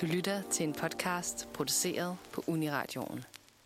Du lytter til en podcast produceret på Uniradioen.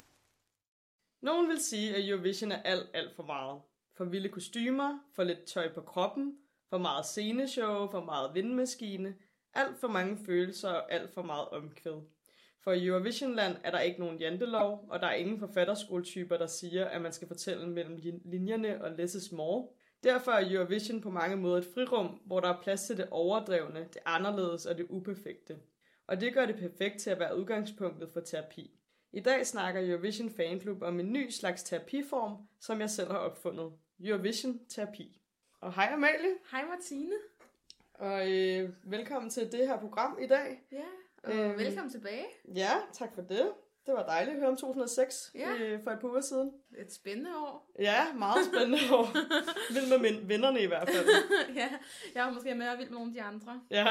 Nogen vil sige, at Eurovision er alt for meget. For vilde kostymer, for lidt tøj på kroppen, for meget sceneshow, for meget vindmaskine, alt for mange følelser og alt for meget omkvæd. For i Eurovisionland er der ikke nogen jantelov, og der er ingen forfatterskoletyper, der siger, at man skal fortælle mellem linjerne og less is more. Derfor er Eurovision på mange måder et frirum, hvor der er plads til det overdrevne, det anderledes og det uperfekte. Og det gør det perfekt til at være udgangspunktet for terapi. I dag snakker Eurovision Fanklub om en ny slags terapiform, som jeg selv har opfundet. Eurovision Terapi. Og hej Amalie. Hej Martine. Og velkommen til det her program i dag. Ja, og velkommen tilbage. Ja, tak for det. Det var dejligt at høre om 2006 for et par uger siden. Et spændende år. Ja, meget spændende år. Vild med vennerne i hvert fald. Ja, jeg var måske mere vild med nogle af de andre. Ja.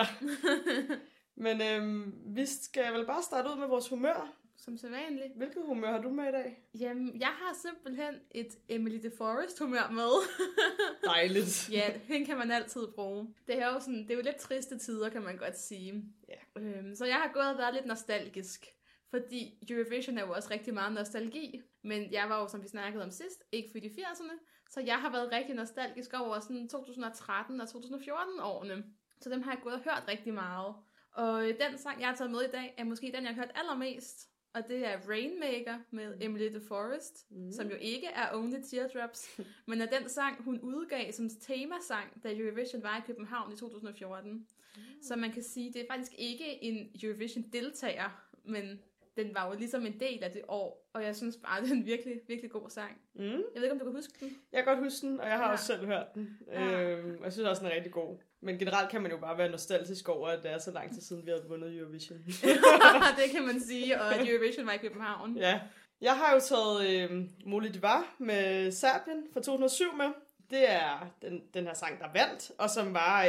Men vi skal vel bare starte ud med vores humør. Som sædvanligt. Hvilket humør har du med i dag? Jamen, jeg har simpelthen et Emily de Forest humør med. Dejligt. Ja, den kan man altid bruge. Det er jo sådan, det er jo lidt triste tider, kan man godt sige. Ja. Så jeg har gået og været lidt nostalgisk. Fordi Eurovision er jo også rigtig meget nostalgi. Men jeg var jo, som vi snakkede om sidst, ikke født i 80'erne. Så jeg har været rigtig nostalgisk over sådan 2013 og 2014 årene. Så dem har jeg gået og hørt rigtig meget. Og den sang, jeg har taget med i dag, er måske den, jeg har hørt allermest. Og det er Rainmaker med Emily de Forest, som jo ikke er Only Teardrops, men er den sang, hun udgav som temasang, da Eurovision var i København i 2014. Så man kan sige, det er faktisk ikke en Eurovision-deltager, men den var jo ligesom en del af det år, og jeg synes bare, det er en virkelig, virkelig god sang. Jeg ved ikke, om du kan huske den? Jeg kan godt huske den, og jeg har også selv hørt den. Jeg synes også, den er rigtig god. Men generelt kan man jo bare være nostalgisk over, at det er så lang tid siden, vi har vundet Eurovision. Det kan man sige, og at Eurovision var i København. Ja. Jeg har jo taget Moli Divar med Serbien fra 2007 med. Det er den her sang, der vandt, og som var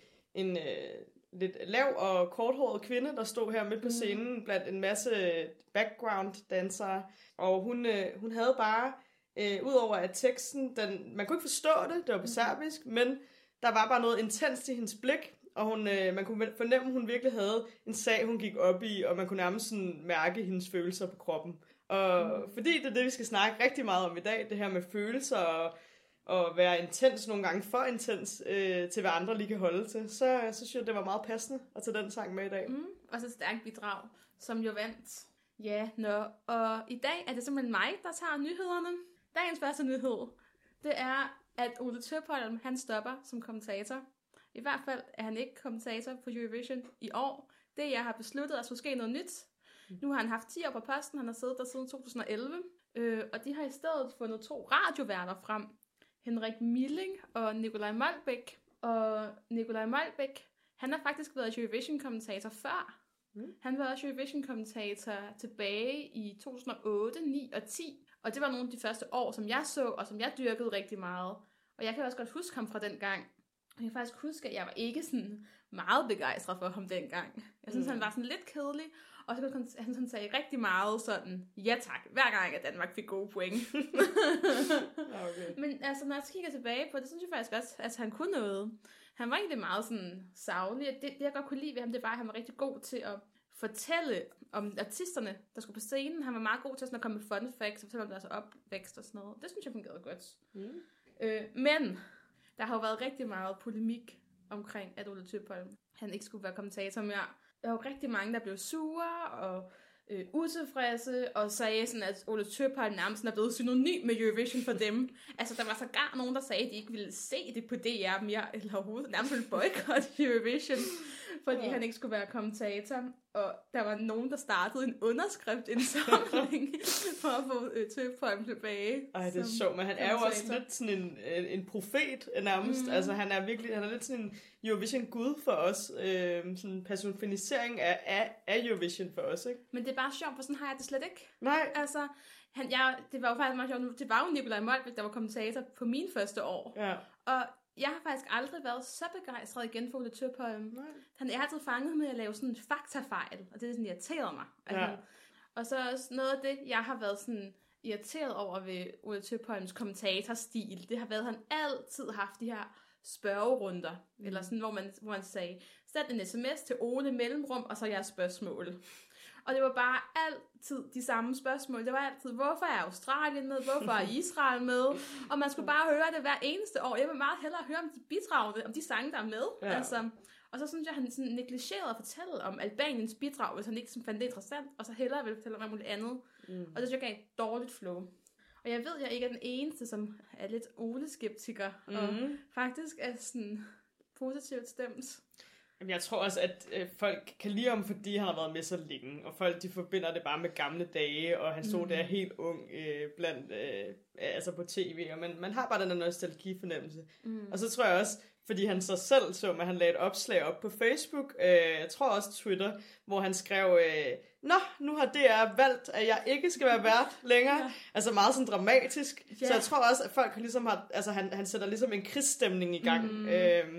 en lidt lav og korthåret kvinde, der stod her midt på scenen blandt en masse background-dansere. Og hun havde bare, udover at teksten, man kunne ikke forstå det var på serbisk, men der var bare noget intenst i hendes blik, og man kunne fornemme, at hun virkelig havde en sag, hun gik op i, og man kunne nærmest sådan mærke hendes følelser på kroppen. Og fordi det er det, vi skal snakke rigtig meget om i dag, det her med følelser og være intens, nogle gange for intens, til hvad andre lige kan holde til, så synes jeg, det var meget passende at tage den sang med i dag. Og så et stærkt bidrag, som jo vandt. Ja, og i dag er det simpelthen mig, der tager nyhederne. Dagens første nyhed, det er, at Ole Tøpholm, han stopper som kommentator. I hvert fald er han ikke kommentator på Eurovision i år. Det jeg har besluttet, at der skulle ske noget nyt. Nu har han haft 10 år på posten, han har siddet der siden 2011. Og de har i stedet fundet 2 radioværter frem. Henrik Milling og Nikolaj Molbæk. Og Nikolaj Molbæk, han har faktisk været Eurovision-kommentator før. Han var også Eurovision-kommentator tilbage i 2008, 9 og 10. Og det var nogle af de første år, som jeg så, og som jeg dyrkede rigtig meget. Og jeg kan også godt huske ham fra den gang. Jeg kan faktisk huske, at jeg var ikke sådan meget begejstret for ham dengang. Jeg synes, han var sådan lidt kedelig. Og så kunne han sagde rigtig meget sådan, ja tak, hver gang at Danmark fik gode point. Okay. Men altså, når jeg kigger tilbage på det, synes jeg faktisk også, at han kunne noget. Han var egentlig meget sådan saglig. Det jeg godt kunne lide ved ham, det var, at han var rigtig god til at fortælle om artisterne, der skulle på scenen. Han var meget god til sådan at komme med fun facts, og fortælle om deres opvækst og sådan noget. Det synes jeg fungerede godt. Men der har jo været rigtig meget polemik omkring, at Ole Tøpholm, han ikke skulle være kommentator mere. Der var jo rigtig mange, der blev sure og utilfredse, og sagde sådan, at Ole Tøpholm nærmest er blevet synonym med Eurovision for dem. Altså, der var sågar nogen, der sagde, at de ikke ville se det på DR mere, eller overhovedet nærmest ville boykotte Eurovision, fordi han ikke skulle være kommentator. Og der var nogen, der startede en underskriftindsamling for at få Tøpholm tilbage. Ej, det er sjovt, men han er jo også lidt sådan en profet nærmest. Altså, han er lidt sådan en Eurovision-gud for os. Sådan en personificering af Eurovision for os, ikke? Men det er bare sjovt, for sådan har jeg det slet ikke. Nej. Altså, det var jo faktisk meget sjovt. Det var jo Nikolaj Molbæk, der var kommentator på mine første år. Ja. Og jeg har faktisk aldrig været så begejstret igen for Ole Tøpholm. Han har altid fanget med at lave sådan en faktafejl, og det er sådan irriteret mig. Altså. Og så også noget af det, jeg har været sådan irriteret over ved Ole Tøpholms kommentatorstil, det har været, at han altid haft de her spørgerunder, eller sådan, hvor man sagde, send en sms til Ole mellemrum, og så jeres spørgsmål. Og det var bare altid de samme spørgsmål. Det var altid, hvorfor er Australien med? Hvorfor er Israel med? Og man skulle bare høre det hver eneste år. Jeg vil meget hellere høre om de bidragende, om de sange, der er med. Ja. Altså, og så synes jeg, han sådan negligerede at fortælle om Albaniens bidrag, hvis han ikke fandt det interessant, og så hellere ville fortælle om alt muligt andet. Og det synes jeg gav et dårligt flow. Og jeg ved, at jeg ikke er den eneste, som er lidt Ole-skeptiker, og faktisk er sådan positivt stemt. Jamen, jeg tror også, at folk kan lide ham, fordi han har været med så længe, og folk de forbinder det bare med gamle dage, og han stod der helt ung blandt, altså på tv, og man har bare den der nostalgi-fornemmelse. Og så tror jeg også, fordi han så selv så, at han lagde et opslag op på Facebook, jeg tror også Twitter, hvor han skrev, nu har DR valgt, at jeg ikke skal være vært længere. Ja. Altså meget sådan dramatisk. Ja. Så jeg tror også, at folk ligesom har, altså han sætter ligesom en krigsstemning i gang.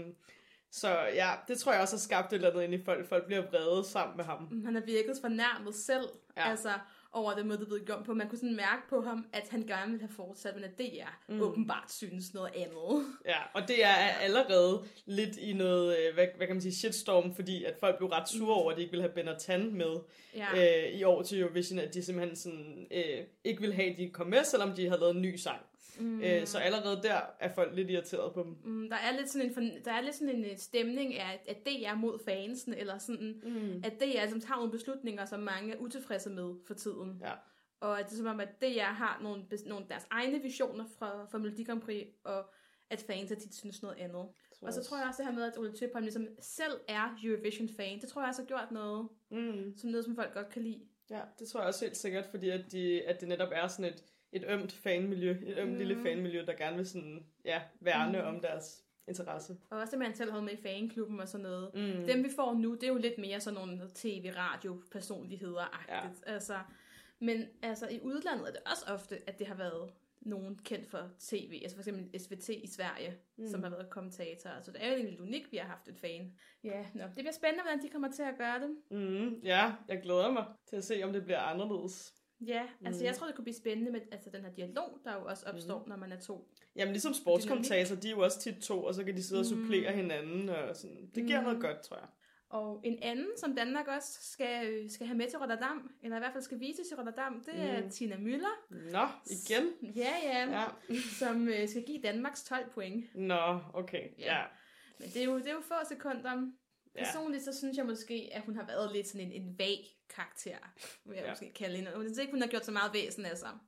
Så ja, det tror jeg også har skabt et eller andet ind i folk. Folk bliver vrede sammen med ham. Han er virket fornærmet selv, altså over den måde, det blev gjort på. Man kunne sådan mærke på ham, at han gerne ville have fortsat, men at DR åbenbart synes noget andet. Ja, og det er allerede lidt i noget, hvad kan man sige, shitstorm, fordi at folk blev ret sure over, at de ikke ville have Ben og Tan med i år til Eurovision, at de simpelthen sådan, ikke ville have, at de kom med, selvom de havde lavet en ny sang. Så allerede der er folk lidt irriteret på dem. Der er lidt sådan en stemning af, at DR mod fansen, eller sådan, at DR som tager nogle beslutninger, som mange er utilfredse med for tiden. Ja. Og at det er som om, at DR har nogle deres egne visioner fra Melodi Grand Prix, og at fans tit synes noget andet. Og så tror jeg også det her med, at Ole Tøpholm ligesom selv er Eurovision-fan. Det tror jeg også har gjort noget, som noget, som folk godt kan lide. Ja, det tror jeg også helt sikkert, fordi at det netop er sådan et ømt fanmiljø, et ømt lille fanmiljø, der gerne vil sådan, værne om deres interesse. Og også det, man selv havde med i fanklubben og sådan noget. Dem vi får nu, det er jo lidt mere sådan nogle tv-radio-personligheder-agtigt. Ja. Altså, men altså i udlandet er det også ofte, at det har været nogen kendt for tv, altså for eksempel SVT i Sverige, som har været kommentator. Altså det er jo egentlig unikt, vi har haft et fan. Ja, det bliver spændende, hvordan de kommer til at gøre det. Ja, jeg glæder mig til at se, om det bliver anderledes. Ja, altså jeg tror, det kunne blive spændende med den her dialog, der jo også opstår, når man er to. Jamen ligesom sportskommentatorer, de er jo også tit to, og så kan de sidde og supplere hinanden, og sådan. Det giver noget godt, tror jeg. Og en anden, som Danmark også skal have med til Rotterdam, eller i hvert fald skal vise til Rotterdam, det er Tina Müller. Nå, igen? Ja. Som skal give Danmarks 12 point. Nå, okay, ja. Men det er jo få sekunder. Personligt så synes jeg måske, at hun har været lidt sådan en vag karakter, vil jeg måske kalde hende. Jeg synes ikke, hun har gjort så meget væsen af sig.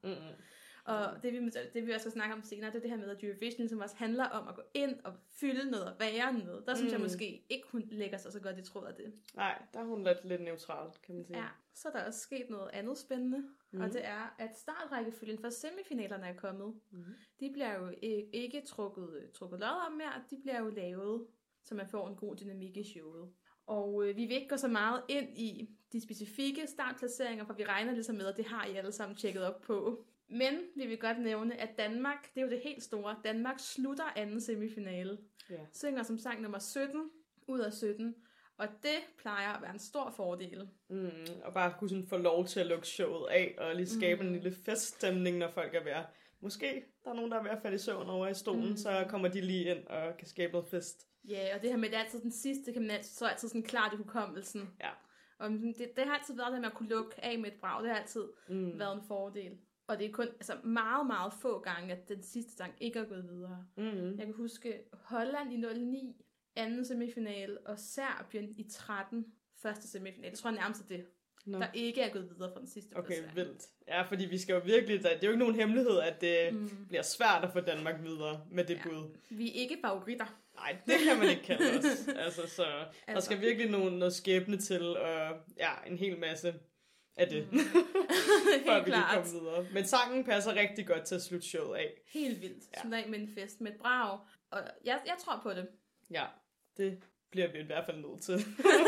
Og det vi også skal snakke om senere, det er det her med, at Eurovision som også handler om at gå ind og fylde noget og være noget. Der synes jeg måske ikke, hun lægger sig så godt i tråd af det. Nej, der er hun lidt neutral, kan man sige. Ja, så er der også sket noget andet spændende, og det er, at startrækkefølgen for semifinalerne er kommet. De bliver jo ikke trukket lod om mere, de bliver jo lavet, så man får en god dynamik i showet. Og vi vil ikke gå så meget ind i de specifikke startplaceringer, for vi regner ligesom med, at det har I alle sammen tjekket op på. Men vi vil godt nævne, at Danmark, det er jo det helt store, Danmark slutter anden semifinale. Synger som sang nummer 17 ud af 17, og det plejer at være en stor fordel. Og bare kunne sådan få lov til at lukke showet af, og lige skabe en lille feststemning, når folk er ved at... Måske der er nogen, der er ved at falde i søvn over i stolen, så kommer de lige ind og kan skabe noget fest. Ja, og det her med, det er altid den sidste, kan man altid sådan klart i hukommelsen. Ja. Og det har altid været det med at kunne lukke af med et brag, det har altid været en fordel. Og det er kun meget, meget få gange, at den sidste sang ikke er gået videre. Jeg kan huske Holland i 09, anden semifinal, og Serbien i 13, første semifinal. Jeg tror nærmest det, der ikke er gået videre fra den sidste placering. Okay, vildt. Ja, fordi vi skal jo virkelig... Det er jo ikke nogen hemmelighed, at det bliver svært at få Danmark videre med det bud. Vi er ikke favoritter. Nej, det kan man ikke kalde os. Så der skal virkelig noget skæbne til, og en hel masse af det, før vi kan komme videre. Men sangen passer rigtig godt til at slutte showet af. Helt vildt. Sådan af med en fest med et brag. Og jeg tror på det. Ja, det bliver vi i hvert fald nødt til.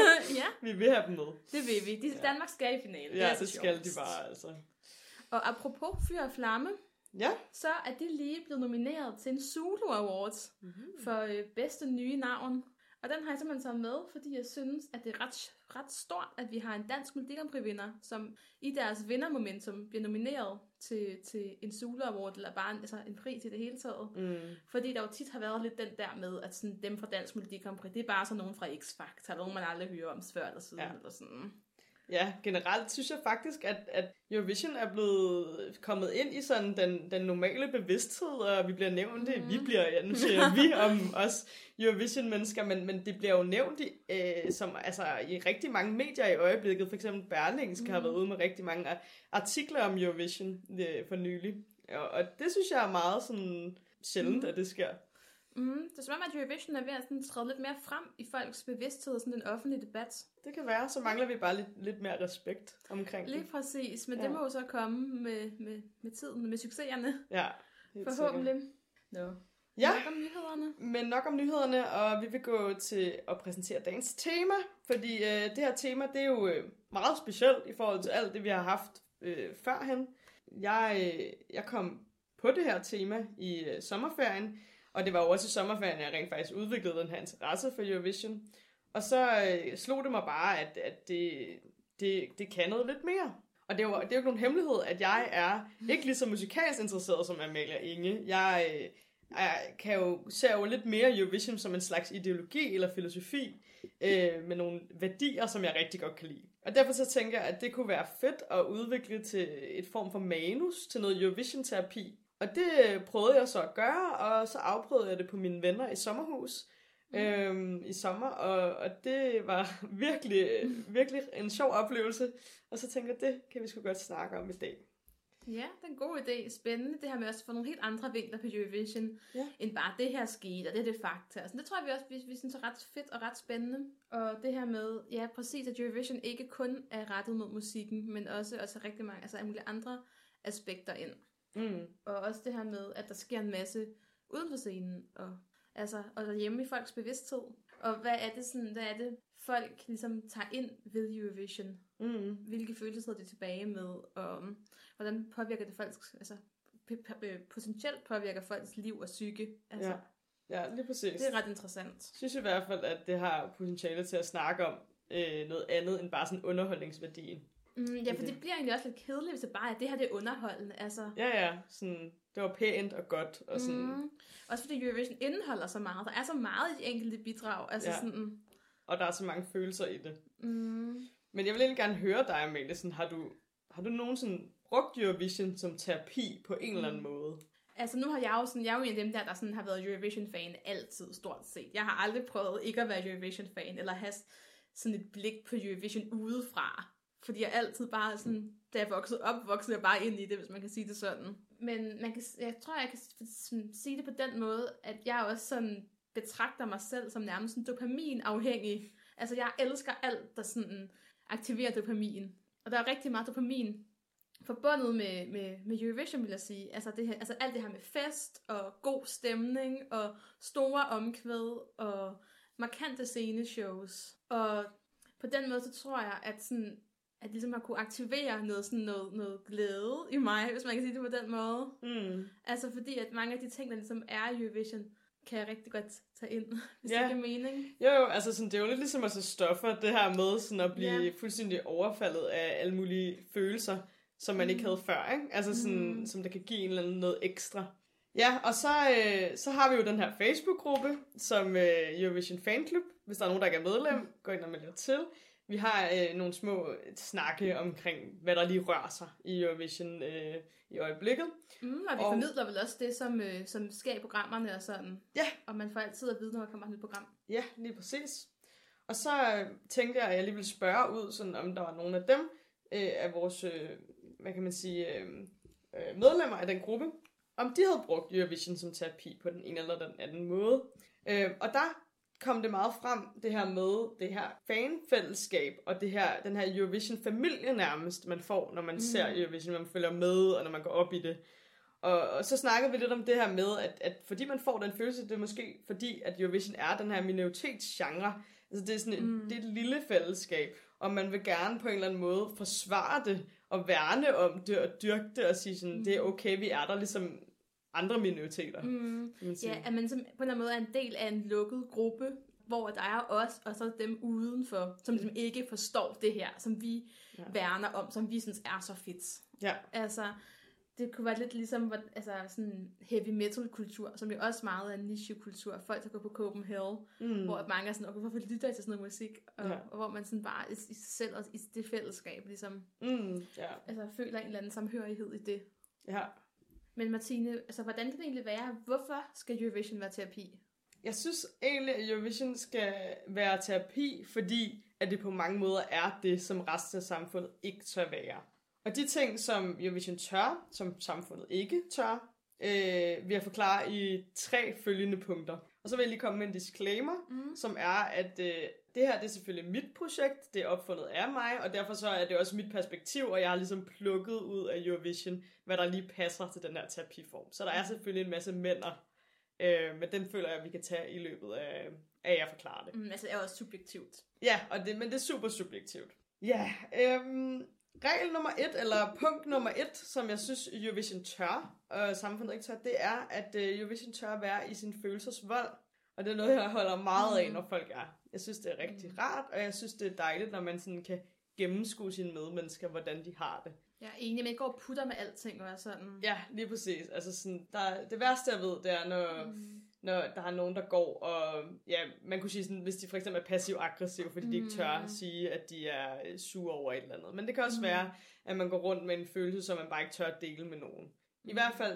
Vi vil have dem med. Det vil vi. Danmark skal i finalen. Ja, det skal de bare, altså. Og apropos Fyr og Flamme, så er de lige blevet nomineret til en Zulu Awards for bedste nye navn. Og den har jeg simpelthen taget med, fordi jeg synes, at det er ret stort, at vi har en dansk Melodi Grand Prix-vinder, som i deres vindermomentum bliver nomineret til en Zulu Award, eller bare en pris i det hele taget. Fordi der jo tit har været lidt den der med, at sådan, dem fra dansk Melodi Grand Prix, det er bare sådan nogen fra X-Factor, nogen man aldrig hører om før eller siden, eller sådan. Ja, generelt synes jeg faktisk, at Eurovision er blevet kommet ind i sådan den normale bevidsthed, og vi bliver nævnt det, vi bliver, nu siger vi om os Eurovision-mennesker, men det bliver jo nævnt i rigtig mange medier i øjeblikket. For eksempel Berlingske har været ude med rigtig mange artikler om Eurovision for nylig. Og det synes jeg er meget sådan sjældent, at det sker. Det er som om, at Eurovision er ved at træde lidt mere frem i folks bevidsthed og sådan den offentlige debat. Det kan være, så mangler vi bare lidt mere respekt omkring det. Lige præcis, men det må jo så komme med tiden, med succeserne. Ja, forhåbentlig. Ja. Nok om nyhederne. Men nok om nyhederne, og vi vil gå til at præsentere dagens tema, fordi det her tema, det er jo meget specielt i forhold til alt det, vi har haft førhen. Jeg kom på det her tema i sommerferien, og det var jo også i sommerferien, jeg rent faktisk udviklede den her interesse for Eurovision. Og så slog det mig bare, at det kan noget lidt mere. Og det er jo ikke nogen hemmelighed, at jeg er ikke lige så musikalsk interesseret som Amalie og Inge. Jeg ser jo lidt mere Eurovision som en slags ideologi eller filosofi med nogle værdier, som jeg rigtig godt kan lide. Og derfor så tænker jeg, at det kunne være fedt at udvikle til et form for manus til noget Eurovision-terapi. Og det prøvede jeg så at gøre, og så afprøvede jeg det på mine venner i sommerhus i sommer, og det var virkelig en sjov oplevelse. Og så tænker jeg, det kan vi sgu godt snakke om i dag. Ja, det er en god idé. Spændende. Det her med også at få nogle helt andre vinkler på Eurovision, end bare det her skete, og det er det fakta. Altså, det tror jeg vi også, vi synes er ret fedt og ret spændende. Og det her med, ja præcis, at Eurovision ikke kun er rettet mod musikken, men også rigtig mange, altså mulige andre aspekter ind. Og også det her med, at der sker en masse uden for scenen, og derhjemme i folks bevidsthed. Og hvad er det folk ligesom tager ind ved Eurovision? Hvilke følelser sidder de tilbage med, og hvordan påvirker det folks, altså potentielt påvirker folks liv og psyke? Altså, ja, lige præcis. Det er ret interessant. Jeg synes i hvert fald, at det har potentiale til at snakke om noget andet end bare sådan underholdningsværdien. Ja, for det bliver egentlig også lidt kedeligt, hvis det bare er, det her det er underholdende. Altså. Ja, sådan, det var pænt og godt. Og sådan. Også fordi Eurovision indeholder så meget. Der er så meget i de enkelte bidrag. Altså sådan. Og der er så mange følelser i det. Men jeg vil egentlig gerne høre dig, Amalie. Sådan, har du nogensinde brugt Eurovision som terapi på en eller anden måde? Altså nu har jeg er jo en af dem der sådan har været Eurovision-fan altid, stort set. Jeg har aldrig prøvet ikke at være Eurovision-fan, eller have sådan et blik på Eurovision udefra. Fordi jeg altid bare sådan, da jeg voksede jeg bare ind i det, hvis man kan sige det sådan. Men jeg tror, jeg kan sige det på den måde, at jeg også sådan betragter mig selv som nærmest en dopamin-afhængig. Altså jeg elsker alt, der sådan aktiverer dopamin. Og der er rigtig meget dopamin forbundet med Eurovision, vil jeg sige. Altså alt det her med fest og god stemning og store omkvæd og markante sceneshows. Og på den måde, så tror jeg, at ligesom at kunne aktivere noget glæde i mig, hvis man kan sige det på den måde. Altså fordi, at mange af de ting, der ligesom er i Eurovision, kan jeg rigtig godt tage ind, hvis det giver mening. Jo, altså sådan, det er jo lidt ligesom at se stoffer, det her med sådan at blive fuldstændig overfaldet af alle mulige følelser, som man ikke havde før, ikke? Altså sådan, som der kan give en eller anden noget ekstra. Ja, og så har vi jo den her Facebook-gruppe, som Eurovision Fanclub. Hvis der er nogen, der ikke er medlem, gå ind og meld jer til. Vi har nogle små snakke omkring, hvad der lige rører sig i Eurovision i øjeblikket. Og vi formidler vel også det, som sker i programmerne og sådan. Ja. Og man får altid at vide, når der kommer et nyt program. Ja, lige præcis. Og så tænkte jeg, at jeg lige ville spørge ud, sådan, om der var nogle af dem, af vores, hvad kan man sige, medlemmer af den gruppe, om de havde brugt Eurovision som terapi på den ene eller den anden måde. Og der kom det meget frem, det her med det her fanfællesskab, og den her Eurovision-familie nærmest, man får, når man ser Eurovision, man følger med, og når man går op i det. Og så snakkede vi lidt om det her med, at fordi man får den følelse, det er måske fordi, at Eurovision er den her minoritetsgenre. Altså det er sådan det er et lille fællesskab, og man vil gerne på en eller anden måde forsvare det, og værne om det, og dyrke det, og sige sådan, det er okay, vi er der ligesom andre minoriteter. Ja, at man som på en eller anden måde er en del af en lukket gruppe, hvor der er os, og så dem udenfor, som ligesom ikke forstår det her, som vi værner om, som vi synes er så fedt. Ja. Altså, det kunne være lidt ligesom sådan heavy metal kultur, som jo også meget er en niche-kultur. Folk, der går på Copenhagen, hvor mange er sådan, okay, hvorfor lytter I til sådan noget musik? Og hvor man sådan bare i sig selv og i det fællesskab ligesom føler en eller anden samhørighed i det. Ja. Men Martine, altså hvordan kan det egentlig være? Hvorfor skal Eurovision være terapi? Jeg synes egentlig, at Eurovision skal være terapi, fordi at det på mange måder er det, som resten af samfundet ikke tør være. Og de ting, som Eurovision tør, som samfundet ikke tør, vil jeg forklare i 3 følgende punkter. Og så vil jeg lige komme med en disclaimer, som er, at det her det er selvfølgelig mit projekt, det er opfundet af mig, og derfor så er det også mit perspektiv, og jeg har ligesom plukket ud af Eurovision, hvad der lige passer til den her terapiform. Så der er selvfølgelig en masse mænder, men den føler jeg, at vi kan tage i løbet af at jeg forklarer det. Altså det er også subjektivt. Ja, men det er super subjektivt. Ja, regel nummer 1, eller punkt nummer 1, som jeg synes Eurovision tør, og samfundet ikke tør, det er, at Eurovision tør være i sin følelsesvold. Og det er noget, jeg holder meget af, når folk er. Jeg synes, det er rigtig rart, og jeg synes, det er dejligt, når man sådan kan gennemskue sine medmennesker, hvordan de har det. Jeg er enig, man går og putter med alting og er sådan. Ja, lige præcis. Altså sådan, det værste, jeg ved, det er, når der er nogen, der går og, ja, man kunne sige sådan, hvis de for eksempel er passiv-aggressive, fordi de ikke tør sige, at de er sure over et eller andet. Men det kan også være, at man går rundt med en følelse, som man bare ikke tør at dele med nogen. I hvert fald,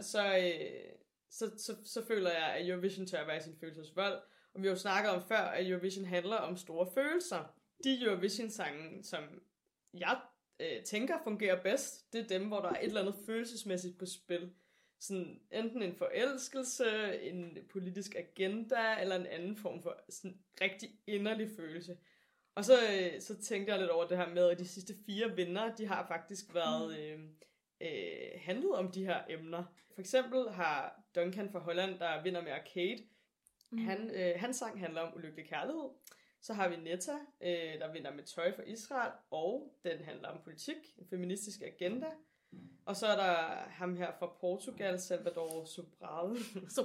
så føler jeg, at Eurovision tør at være i sin følelsesvold. Og vi har jo snakket om før, at Eurovision handler om store følelser. De Eurovision-sange, som jeg tænker fungerer bedst, det er dem, hvor der er et eller andet følelsesmæssigt på spil. Sådan enten en forelskelse, en politisk agenda, eller en anden form for sådan rigtig inderlig følelse. Og så tænkte jeg lidt over det her med, at de sidste 4 vindere, de har faktisk været handlet om de her emner. For eksempel har Duncan fra Holland, der vinder med Arcade, hans sang handler om ulykkelig kærlighed. Så har vi Netta, der vinder med Tøj for Israel, og den handler om politik, en feministisk agenda. Og så er der ham her fra Portugal, Salvador Sobral,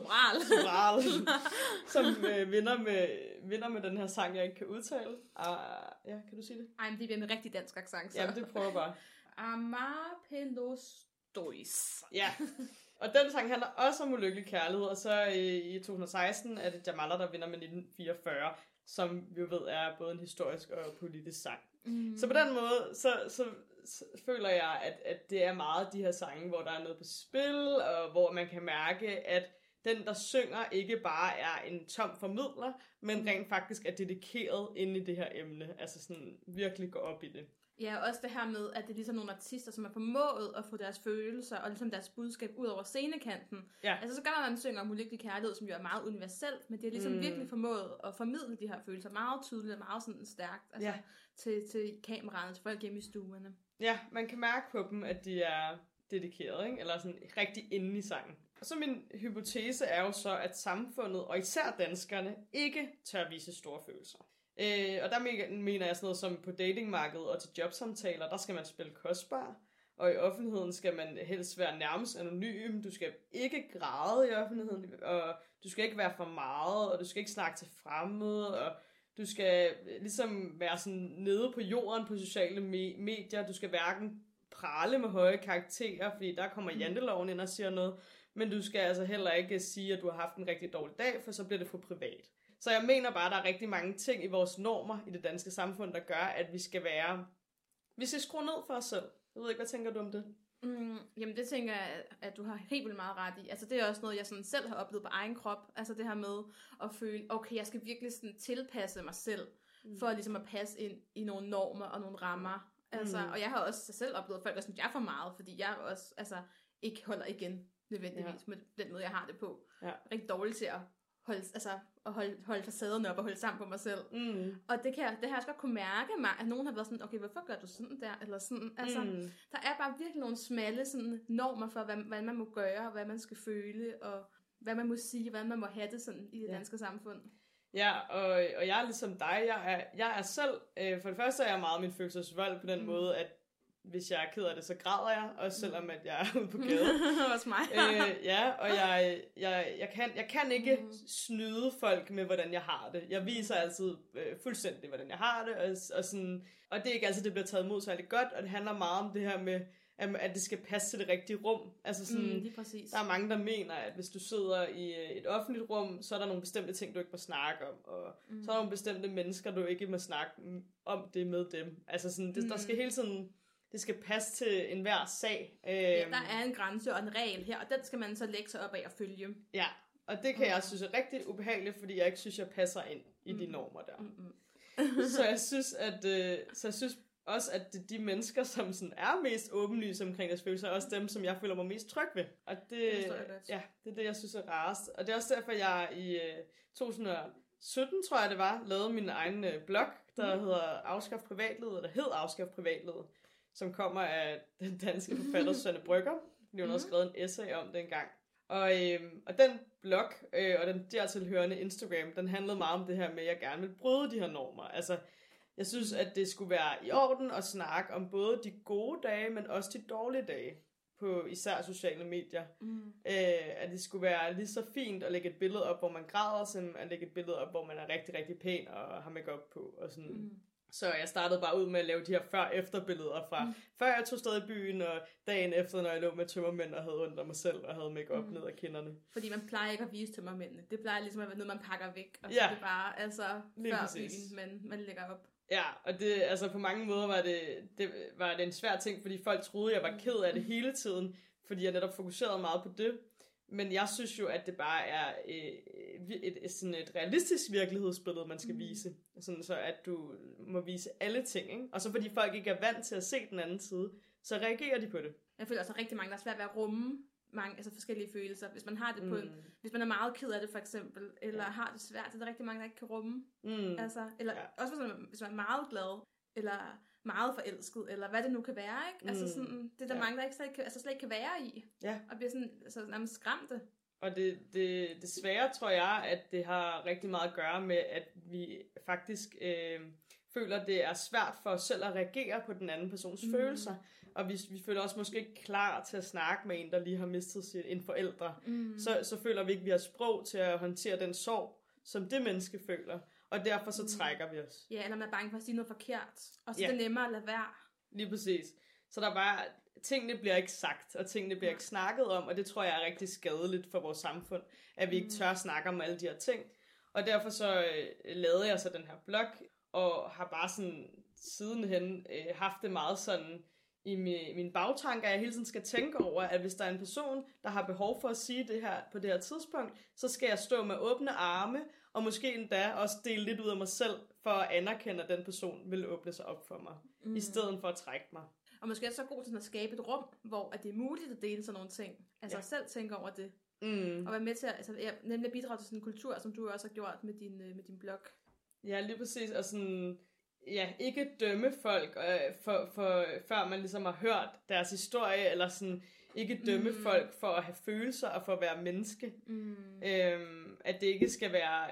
som vinder med den her sang, jeg ikke kan udtale. Ja, kan du sige det? Ej, men det bliver med rigtig dansk accent. Ja, det prøver bare. Amar pelos dois. Ja, og den sang handler også om ulykkelig kærlighed, og så i 2016 er det Jamala, der vinder med 1944, som vi jo ved er både en historisk og politisk sang. Så på den måde, så føler jeg, at det er meget de her sange, hvor der er noget på spil, og hvor man kan mærke, at den, der synger, ikke bare er en tom formidler, men rent faktisk er dedikeret inde i det her emne. Altså sådan virkelig går op i det. Ja, også det her med, at det er ligesom nogle artister, som er formået at få deres følelser og ligesom deres budskab ud over scenekanten. Ja. Altså så gør man synger om ulykkelig kærlighed, som jo er meget universelt, men det er ligesom virkelig formået at formidle de her følelser meget tydeligt og meget sådan stærkt til kameraerne, til folk hjemme i stuerne. Ja, man kan mærke på dem, at de er dedikeret, ikke? Eller sådan rigtig inde i sangen. Og så min hypotese er jo så, at samfundet, og især danskerne, ikke tør vise store følelser. Og der mener jeg sådan noget som på datingmarkedet og til jobsamtaler, der skal man spille kostbar, og i offentligheden skal man helst være nærmest anonym, du skal ikke græde i offentligheden, og du skal ikke være for meget, og du skal ikke snakke til fremmede, og du skal ligesom være sådan nede på jorden på sociale medier, du skal hverken prale med høje karakterer, fordi der kommer janteloven ind og siger noget, men du skal altså heller ikke sige, at du har haft en rigtig dårlig dag, for så bliver det for privat. Så jeg mener bare, at der er rigtig mange ting i vores normer i det danske samfund, der gør, at vi skal skrue ned for os selv. Jeg ved ikke, hvad tænker du om det? Jamen det tænker jeg, at du har helt vildt meget ret i. Altså det er også noget, jeg sådan selv har oplevet på egen krop. Altså det her med at føle, okay, jeg skal virkelig sådan tilpasse mig selv, for ligesom at passe ind i nogle normer og nogle rammer. Altså, og jeg har også selv oplevet, at folk også synes, jeg er for meget, fordi jeg også ikke holder igen nødvendigvis med den måde, jeg har det på. Ja. Rigtig dårligt til at holde facaden op og holde sammen på mig selv. Og det har jeg også godt kunne mærke mig, at nogen har været sådan, okay, hvorfor gør du sådan der? Eller sådan. Altså, der er bare virkelig nogle smalle sådan, normer for, hvad man må gøre, hvad man skal føle, og hvad man må sige, hvad man må have det sådan i det danske samfund. Ja, og jeg er ligesom dig. Jeg er selv, for det første er jeg meget min følelsesvold på den måde, at hvis jeg er ked af det, så græder jeg, også selvom at jeg er ude på gaden. Også mig. Ja, og jeg kan ikke snyde folk med, hvordan jeg har det. Jeg viser altid fuldstændig, hvordan jeg har det, og det er ikke altid, det bliver taget imod særlig godt, og det handler meget om det her med, at det skal passe til det rigtige rum. Altså sådan, lige præcis. der er mange, der mener, at hvis du sidder i et offentligt rum, så er der nogle bestemte ting, du ikke må snakke om, og så er der nogle bestemte mennesker, du ikke må snakke om det med dem. Altså sådan, der skal hele tiden, det skal passe til enhver sag. Ja, der er en grænse og en regel her, og den skal man så lægge sig op af og følge. Ja, og det kan jeg synes er rigtig ubehageligt, fordi jeg ikke synes, jeg passer ind i de normer der. Så jeg synes, også at de mennesker, som sådan er mest åbenlyse omkring deres følelser, er også dem, som jeg føler mig mest tryg ved. Og det er det, jeg synes er rarest. Og det er også derfor, jeg i 2017, tror jeg det var, lavede min egen blog, der hedder Afskaf Privatlivet, eller hed Afskaf Privatlivet, som kommer af den danske forfatter Sønne Brøgger. De har skrevet en essay om det engang. Og den blog og den dertilhørende Instagram, den handlede meget om det her med, at jeg gerne vil bryde de her normer. Altså, jeg synes, at det skulle være i orden at snakke om både de gode dage, men også de dårlige dage på især sociale medier. At det skulle være lige så fint at lægge et billede op, hvor man græder, som at lægge et billede op, hvor man er rigtig, rigtig pæn og har makeup på. Og sådan. Så jeg startede bare ud med at lave de her før-efter billeder fra før jeg tog stadig i byen, og dagen efter, når jeg lå med tømmermænd og havde ondt af mig selv, og havde makeup ned ad kinderne. Fordi man plejer ikke at vise tømmermændene. Det plejer ligesom at være noget, man pakker væk, og så er det bare før byen, men man lægger op. Ja, og det, altså på mange måder var det en svær ting, fordi folk troede, jeg var ked af det hele tiden, fordi jeg netop fokuserede meget på det. Men jeg synes jo, at det bare er et realistisk virkelighedsbillede, man skal vise. Sådan så at du må vise alle ting, ikke? Og så fordi folk ikke er vant til at se den anden side, så reagerer de på det. Jeg føler også, at rigtig mange, der er svært ved at rumme mange forskellige følelser. Hvis man har det på hvis man er meget ked af det for eksempel, eller har det svært, så er der rigtig mange, der ikke kan rumme. Eller også hvis man er meget glad, eller meget forelsket, eller hvad det nu kan være, ikke? Altså sådan, det er der mange, der ikke slet ikke kan være i. Ja. Og bliver sådan, altså nærmest skræmte. Og det svære, tror jeg, at det har rigtig meget at gøre med, at vi faktisk føler, det er svært for os selv at reagere på den anden persons følelser. Og vi føler os måske ikke klar til at snakke med en, der lige har mistet en forældre. Så føler vi ikke, vi har sprog til at håndtere den sorg, som det menneske føler. Og derfor så trækker vi os. Ja, eller man er bange for at sige noget forkert. Og så er det nemmere at lade være. Lige præcis. Så der bare, tingene bliver ikke sagt, og tingene bliver ikke snakket om, og det tror jeg er rigtig skadeligt for vores samfund, at vi ikke tør snakke om alle de her ting. Og derfor så lavede jeg så den her blog, og har bare sådan sidenhen haft det meget sådan i min bagtanke, at jeg hele tiden skal tænke over, at hvis der er en person, der har behov for at sige det her på det her tidspunkt, så skal jeg stå med åbne arme, og måske endda også dele lidt ud af mig selv, for at anerkende, at den person vil åbne sig op for mig, i stedet for at trække mig. Og måske er det så god til at skabe et rum, hvor at det er muligt at dele sådan nogle ting. Altså selv tænke over det. Og være med til at nemlig bidrage til sådan en kultur, som du også har gjort med din blog. Ja, lige præcis. Og sådan, ikke dømme folk, før man ligesom har hørt deres historie, eller sådan, ikke dømme folk for at have følelser og for at være menneske. At det ikke skal være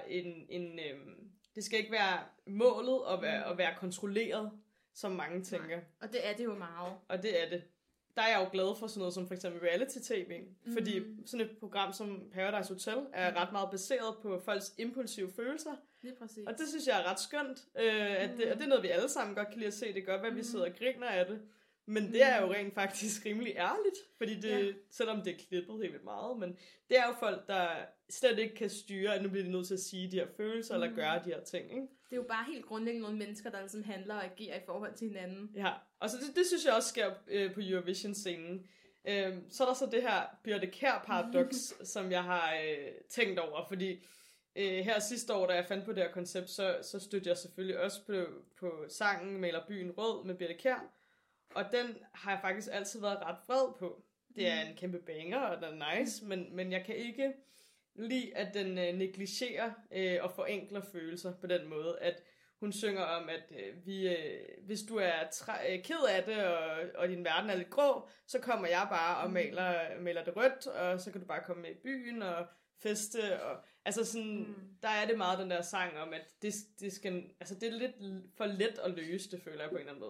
det skal ikke være målet at være kontrolleret, som mange tænker. Nej. Og det er det jo meget. Og det er det. Der er jeg jo glad for sådan noget som for eksempel reality-tv, fordi sådan et program som Paradise Hotel er ret meget baseret på folks impulsive følelser. Lige præcis. Og det synes jeg er ret skønt, og det er noget, vi alle sammen godt kan lide at se. Det gør, hvad vi sidder og griner af det. Men det er jo rent faktisk rimelig ærligt, fordi det, selvom det er klippet helt vildt meget, men det er jo folk, der slet ikke kan styre, at nu bliver de nødt til at sige de her følelser, eller gøre de her ting, ikke? Det er jo bare helt grundlæggende nogle mennesker, der ligesom handler og agerer i forhold til hinanden. Ja, og så det synes jeg også sker på Eurovision-scenen. Så er der så det her Birthe Kjær-paradoks, som jeg har tænkt over, fordi her sidste år, da jeg fandt på det her koncept, så stødte jeg selvfølgelig også på sangen Maler byen rød med Birthe Kjær. Og den har jeg faktisk altid været ret vred på. Det er en kæmpe banger, og den er nice, men jeg kan ikke lide, at den negligerer og forenkler følelser på den måde, at hun synger om, at hvis du er ked af det, og din verden er lidt grå, så kommer jeg bare og maler det rødt, og så kan du bare komme med i byen og feste. Og, altså sådan, der er det meget den der sang om, at det skal, altså det er lidt for let at løse det, føler jeg på en eller anden måde.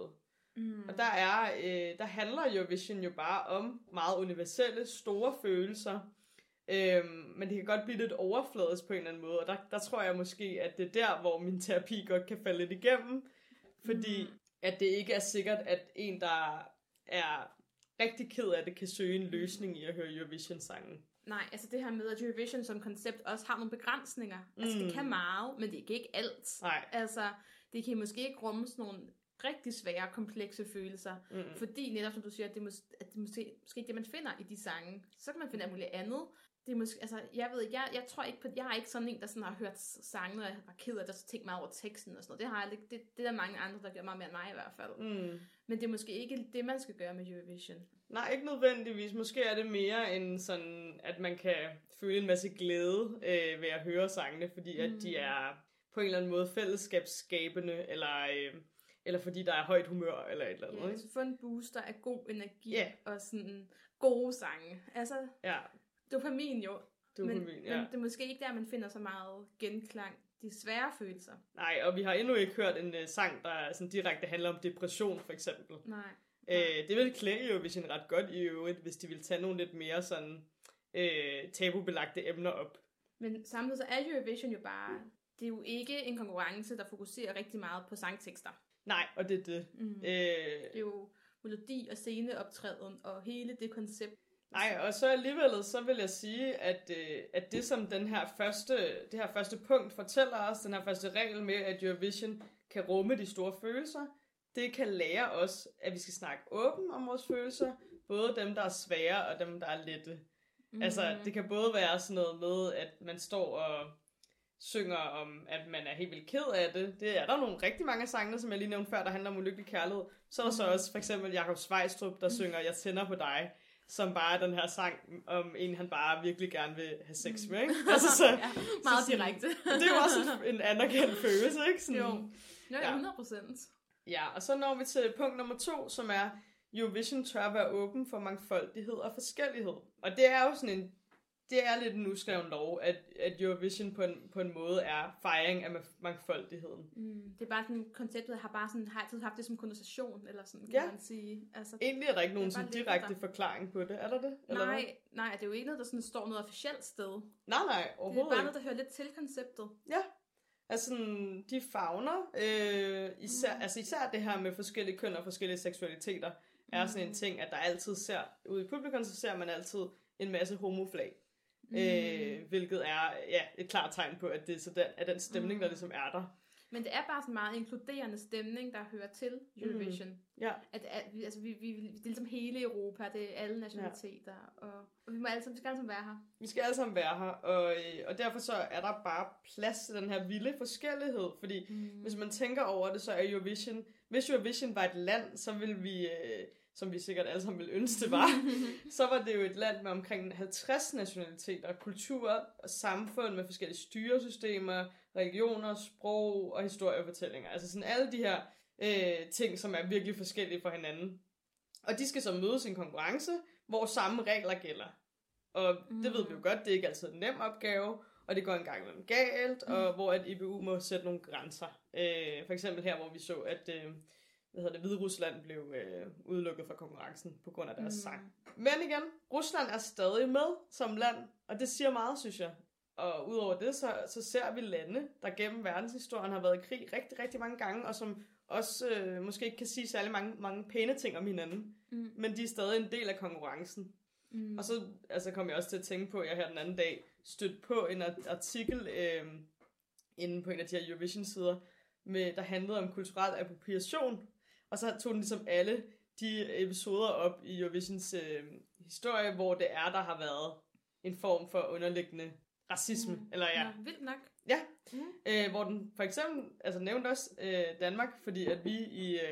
Og der handler Eurovision jo bare om meget universelle, store følelser. Men det kan godt blive lidt overfladisk på en eller anden måde. Og der tror jeg måske, at det er der, hvor min terapi godt kan falde lidt igennem. Fordi at det ikke er sikkert, at en, der er rigtig ked af det, kan søge en løsning i at høre Eurovision-sangen. Nej, altså det her med, at Eurovision som koncept også har nogle begrænsninger. Altså det kan meget, men det kan ikke alt. Nej. Altså det kan måske ikke rumme sådan nogle rigtig svære, komplekse følelser. Fordi netop som du siger, at det måske ikke det, man finder i de sange. Så kan man finde alt muligt andet. Det er måske, altså, jeg tror ikke på, jeg er ikke sådan en, der sådan har hørt sange, og jeg var ked af det, og så tænkt meget over teksten og sådan noget. Det har jeg ikke, det er der mange andre, der gør meget mere end mig i hvert fald. Men det er måske ikke det, man skal gøre med Eurovision. Nej, ikke nødvendigvis. Måske er det mere end sådan, at man kan føle en masse glæde ved at høre sangene, fordi at de er på en eller anden måde fællesskabsskabende, eller fordi der er højt humør, eller et eller andet. Ja, altså få en booster af god energi, og sådan gode sange. Altså, dopamin jo. Men det er måske ikke der, man finder så meget genklang. De svære følelser. Nej, og vi har endnu ikke hørt en sang, der sådan direkte handler om depression, for eksempel. Nej. Det ville klæde Eurovision ret godt i øvrigt, hvis de ville tage nogle lidt mere sådan tabubelagte emner op. Men samtidig så er Eurovision jo bare, det er jo ikke en konkurrence, der fokuserer rigtig meget på sangtekster. Nej, og det er det. Det er jo melodi og sceneoptræden og hele det koncept. Nej, og så alligevel, så vil jeg sige, at det som det her første punkt fortæller os, den her første regel med, at Eurovision kan rumme de store følelser, det kan lære os, at vi skal snakke åbent om vores følelser, både dem, der er svære og dem, der er lette. Altså, det kan både være sådan noget med, at man står og synger om, at man er helt vildt ked af det. Det er der nogle rigtig mange sange, som jeg lige nævnte før, der handler om ulykkelig kærlighed. Så er der så også for eksempel Jakob Svejstrup, der synger Jeg tænder på dig, som bare er den her sang om en, han bare virkelig gerne vil have sex med, ikke? Altså, så, meget direkte. Det er jo også en anerkendt følelse, ikke? Sådan, jo, 100%. Ja, og så når vi til punkt nummer 2, som er Eurovision tør være åben for mangfoldighed og forskellighed. Og det er jo sådan det er lidt en uskreven lov, at Eurovision på en måde er fejring af mangfoldigheden. Det er bare sådan, konceptet har altid haft det som konnotation, eller sådan, kan man sige. Altså, egentlig er der ikke nogen sådan direkte forklaring på det, er der det? Eller nej, det er jo ikke noget, der sådan står noget officielt sted. Nej, overhovedet det er bare noget, der hører lidt til konceptet. Ja, altså de favner, især det her med forskellige køn og forskellige seksualiteter, er sådan en ting, at der altid ude i publikum, så ser man altid en masse homoflag. Hvilket er et klart tegn på, at det er den stemning, der ligesom er der. Men det er bare sådan en meget inkluderende stemning, der hører til Eurovision. Ja. Vi det er ligesom hele Europa, det er alle nationaliteter, og vi skal alle sammen være her. Vi skal alle sammen være her, og derfor så er der bare plads til den her vilde forskellighed, fordi hvis man tænker over det, så er Eurovision, hvis Eurovision var et land, så ville vi, som vi sikkert alle sammen ville ønske det var, så var det jo et land med omkring 50 nationaliteter, kulturer og samfund med forskellige styresystemer, religioner, sprog og historiefortællinger. Altså sådan alle de her ting, som er virkelig forskellige fra hinanden. Og de skal så mødes i en konkurrence, hvor samme regler gælder. Og det ved vi jo godt, det er ikke altid en nem opgave, og det går en gang imellem galt, og hvor at IBU må sætte nogle grænser. For eksempel her, hvor vi så, at Hviderusland blev udelukket fra konkurrencen på grund af deres sang. Men igen, Rusland er stadig med som land, og det siger meget, synes jeg. Og udover det, så ser vi lande, der gennem verdenshistorien har været i krig rigtig, rigtig mange gange, og som også måske ikke kan sige særlig mange pæne ting om hinanden, men de er stadig en del af konkurrencen. Og så kom jeg også til at tænke på, at jeg her den anden dag stødte på en artikel inde på en af de her Eurovision-sider, der handlede om kulturel appropriation, og så tog den ligesom alle de episoder op i Eurovisions historie, hvor det er, der har været en form for underliggende racisme. Eller vildt nok. Ja, hvor den for eksempel nævnte også Danmark, fordi at vi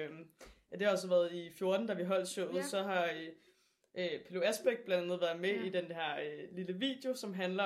det har også været i 14, da vi holdt showet, så har Pilo Asbæk blandt andet været med i den her lille video, som handler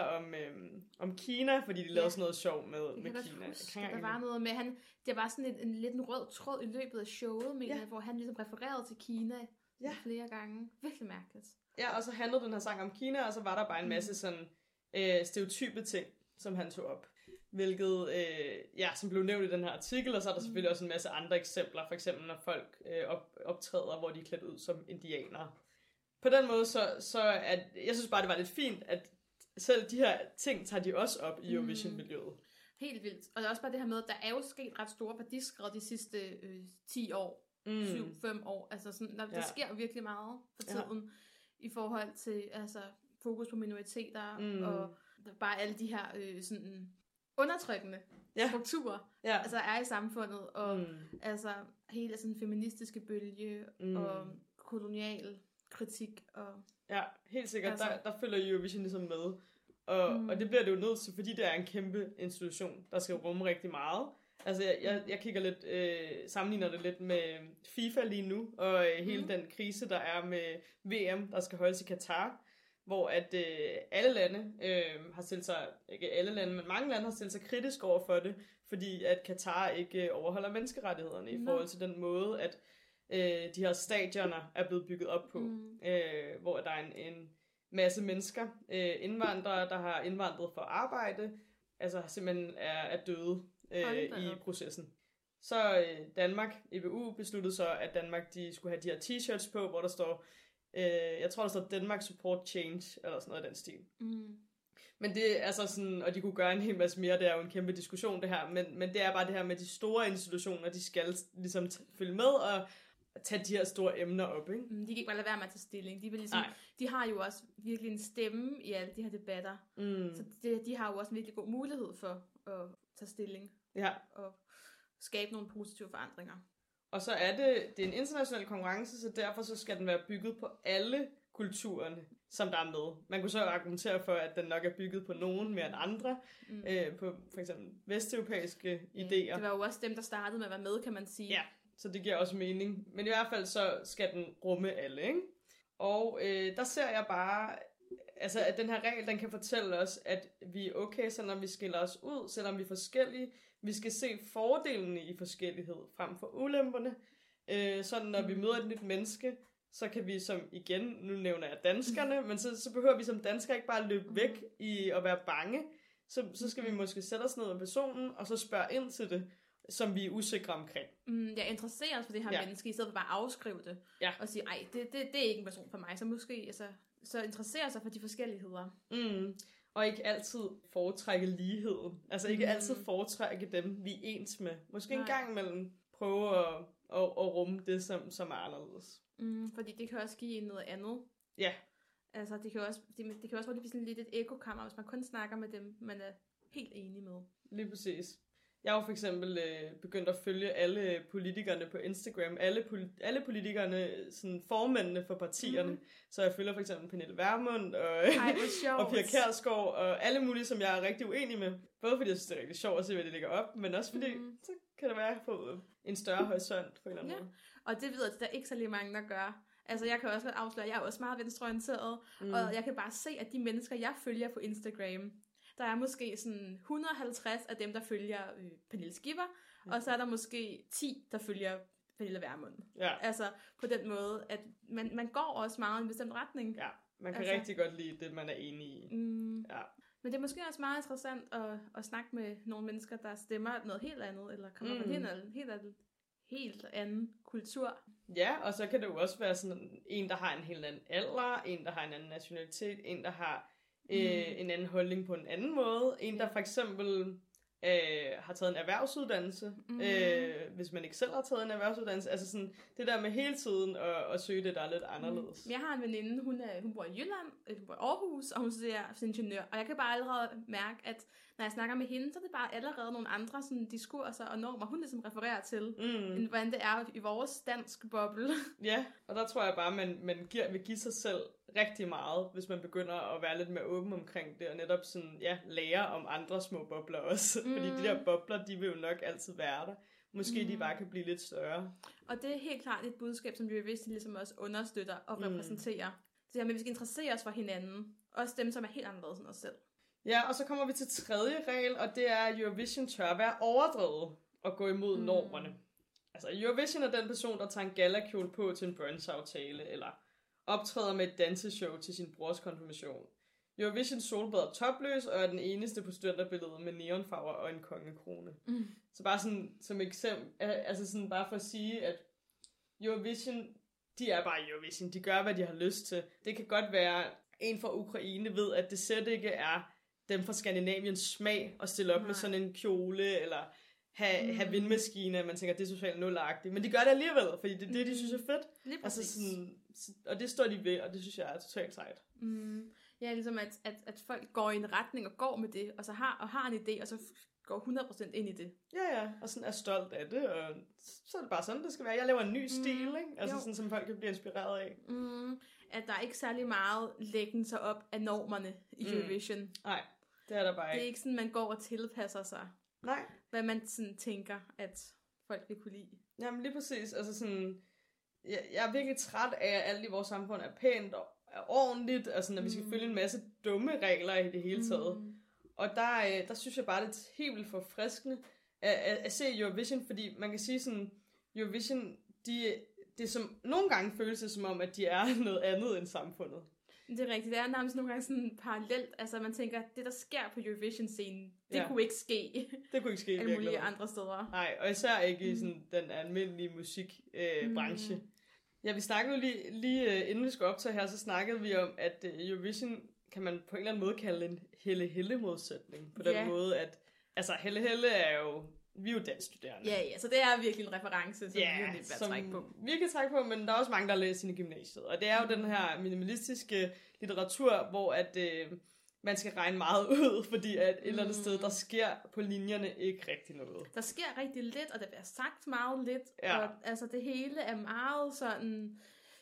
om Kina, fordi de lavede sådan noget sjov med Kina. Der var noget med, det var sådan en rød tråd i løbet af showet, hvor han ligesom refererede til Kina flere gange. Virkelig mærkeligt. Ja, og så handlede den her sang om Kina, og så var der bare en masse sådan stereotype ting, som han tog op. hvilket som blev nævnt i den her artikel, og så er der selvfølgelig også en masse andre eksempler, for eksempel når folk optræder, hvor de er klædt ud som indianere. På den måde, så jeg synes bare, det var lidt fint, at selv de her ting tager de også op i Eurovision-miljøet. Helt vildt. Og det er også bare det her med, at der er jo sket ret store værdiskred de sidste 10 år, 7-5 år. Altså sådan, der sker virkelig meget for tiden i forhold til fokus på minoriteter og bare alle de her sådan undertrykkende strukturer, altså er i samfundet, og altså hele sådan feministiske bølge og kolonial kritik. Og, ja, helt sikkert. Altså, der følger Eurovision ligesom med. Og det bliver det jo nødt til, fordi det er en kæmpe institution, der skal rumme rigtig meget. Altså, jeg kigger lidt, sammenligner det lidt med FIFA lige nu, og hele den krise, der er med VM, der skal holdes i Katar, hvor at alle lande har stillet sig, ikke alle lande, men mange lande har stillet sig kritisk over for det, fordi at Katar ikke overholder menneskerettighederne i forhold til den måde, at de her stadioner er blevet bygget op på, hvor der er en masse mennesker, indvandrere, der har indvandret for arbejde, altså simpelthen er døde i processen. Så Danmark, EBU, besluttede så, at Danmark de skulle have de her t-shirts på, hvor der står, jeg tror der står Denmark Support Change, eller sådan noget af den stil. Men det er så sådan, og de kunne gøre en hel masse mere, det er jo en kæmpe diskussion det her, men det er bare det her med de store institutioner, de skal ligesom følge med og tage de her store emner op, ikke? De kan ikke bare lade være med at tage stilling. De har jo også virkelig en stemme i alle de her debatter. Så de har jo også en virkelig god mulighed for at tage stilling og skabe nogle positive forandringer. Og så er det er en international konkurrence, så derfor så skal den være bygget på alle kulturerne, som der er med. Man kunne så argumentere for, at den nok er bygget på nogen mere end andre, på for eksempel vesteuropæiske idéer. Det var jo også dem, der startede med at være med, kan man sige. Ja, så det giver også mening. Men i hvert fald så skal den rumme alle, ikke? Og der ser jeg bare, altså at den her regel, den kan fortælle os, at vi er okay, selvom vi skiller os ud, selvom vi er forskellige. Vi skal se fordelene i forskellighed frem for ulemperne. Sådan når vi møder et nyt menneske, så kan vi som, igen, nu nævner jeg danskerne, men så behøver vi som danskere ikke bare løbe væk i at være bange. Så skal vi måske sætte os ned med personen, og så spørge ind til det, som vi er usikre omkring. Jeg interesserer os for det her menneske, i stedet for bare at afskrive det, og sige, ej, det er ikke en person for mig, så måske så interesserer sig for de forskelligheder. Og ikke altid foretrække ligheden. Altså ikke altid foretrække dem, vi er ens med. Måske en gang imellem prøve at rumme det, som er anderledes. Fordi det kan også give noget andet. Ja. Altså det kan også blive sådan lidt et ekokammer, hvis man kun snakker med dem, man er helt enig med. Lige præcis. Jeg har jo for eksempel begyndt at følge alle politikerne på Instagram, alle politikerne, sådan formændene for partierne. Så jeg følger for eksempel Pernille Vermund og Pia Kjærsgaard og alle mulige, som jeg er rigtig uenig med. Både fordi jeg synes, det er rigtig sjovt at se, hvad de lægger op, men også fordi, så kan det være, at jeg får en større horisont på en eller anden måde. Og det ved jeg, at der er ikke så lige mange, der gør. Altså jeg kan også godt afsløre, at jeg er også meget venstreorienteret, og jeg kan bare se, at de mennesker, jeg følger på Instagram, der er måske sådan 150 af dem, der følger Pernille Skipper, og så er der måske 10, der følger Pernille Vermund. Ja. Altså på den måde, at man går også meget i en bestemt retning. Ja, man kan rigtig godt lide det, man er enig i. Ja. Men det er måske også meget interessant at snakke med nogle mennesker, der stemmer noget helt andet, eller kommer fra en helt anden kultur. Ja, og så kan det jo også være sådan en, der har en helt anden alder, en, der har en anden nationalitet, en, der har en anden holdning på en anden måde. En, der for eksempel har taget en erhvervsuddannelse, hvis man ikke selv har taget en erhvervsuddannelse. Altså sådan, det der med hele tiden at søge det, der er lidt anderledes. Jeg har en veninde, hun bor i Jylland, hun bor i Aarhus, og hun studerer som ingeniør. Og jeg kan bare allerede mærke, at når jeg snakker med hende, så er det bare allerede nogle andre sådan, diskurser og normer, hun ligesom refererer til, end hvordan det er i vores danske boble. Ja, og der tror jeg bare, man vil give sig selv rigtig meget, hvis man begynder at være lidt mere åben omkring det, og netop sådan, lære om andre små bobler også. Fordi de der bobler, de vil jo nok altid være der. Måske de bare kan blive lidt større. Og det er helt klart et budskab, som Eurovision ligesom også understøtter og repræsenterer. Det her med, at vi skal interessere os for hinanden. Også dem, som er helt anderledes end os selv. Ja, og så kommer vi til tredje regel, og det er, at Eurovision tør være overdrevet og gå imod normerne. Altså, Eurovision er den person, der tager en gallakjole på til en brunch-aftale, eller optræder med et danseshow til sin brors konfirmation. Eurovision solbader topløs, og er den eneste på studenterbilledet med neonfarver og en kongekrone. Så bare sådan, som eksempel, altså sådan bare for at sige, at Eurovision, de er bare Eurovision. De gør, hvad de har lyst til. Det kan godt være, en fra Ukraine ved, at det slet ikke er dem fra Skandinaviens smag at stille op med sådan en kjole, eller have vindmaskiner, man tænker, det er socialt nulagtigt. Men de gør det alligevel, fordi det er det, de synes er fedt. Altså sådan, og det står de ved, og det synes jeg er totalt sejt. Ja, ligesom at folk går i en retning og går med det, og så har en idé, og så går 100% ind i det. Ja, og sådan er stolt af det, og så er det bare sådan, det skal være. Jeg laver en ny stil, ikke? Altså sådan, som folk kan blive inspireret af. At der er ikke særlig meget læggen sig op af normerne i Eurovision. Nej, det er der bare ikke. Det er ikke sådan, man går og tilpasser sig. Nej. Hvad man sådan tænker, at folk vil kunne lide. Jamen lige præcis, altså sådan, jeg er virkelig træt af, at alt i vores samfund er pænt og er ordentligt, og sådan, at vi skal følge en masse dumme regler i det hele taget. Og der synes jeg bare, det er helt vildt forfriskende at se Eurovision, fordi man kan sige sådan, Eurovision, det som nogle gange føles det som om, at de er noget andet end samfundet. Det er rigtigt. Det er nærmest nogle gange sådan parallelt. Altså man tænker, det der sker på Eurovision-scenen, det kunne ikke ske. Det kunne ikke ske i alle mulige andre steder. Nej, og især ikke i sådan den almindelige musikbranche. Ja, vi snakkede jo lige inden vi skulle optage her, så snakkede vi om, at Eurovision kan man på en eller anden måde kalde en Helle-Helle-modsætning. På den måde, at altså Helle-Helle er jo, vi er jo danskstuderende. Ja, så det er virkelig en reference, som vi kan trække på. Vi kan trække på, men der er også mange, der har læst i gymnasiet. Og det er jo den her minimalistiske litteratur, hvor at man skal regne meget ud, fordi at et eller andet sted, der sker på linjerne ikke rigtig noget. Der sker rigtig lidt, og der bliver sagt meget lidt. Ja. Og altså det hele er meget sådan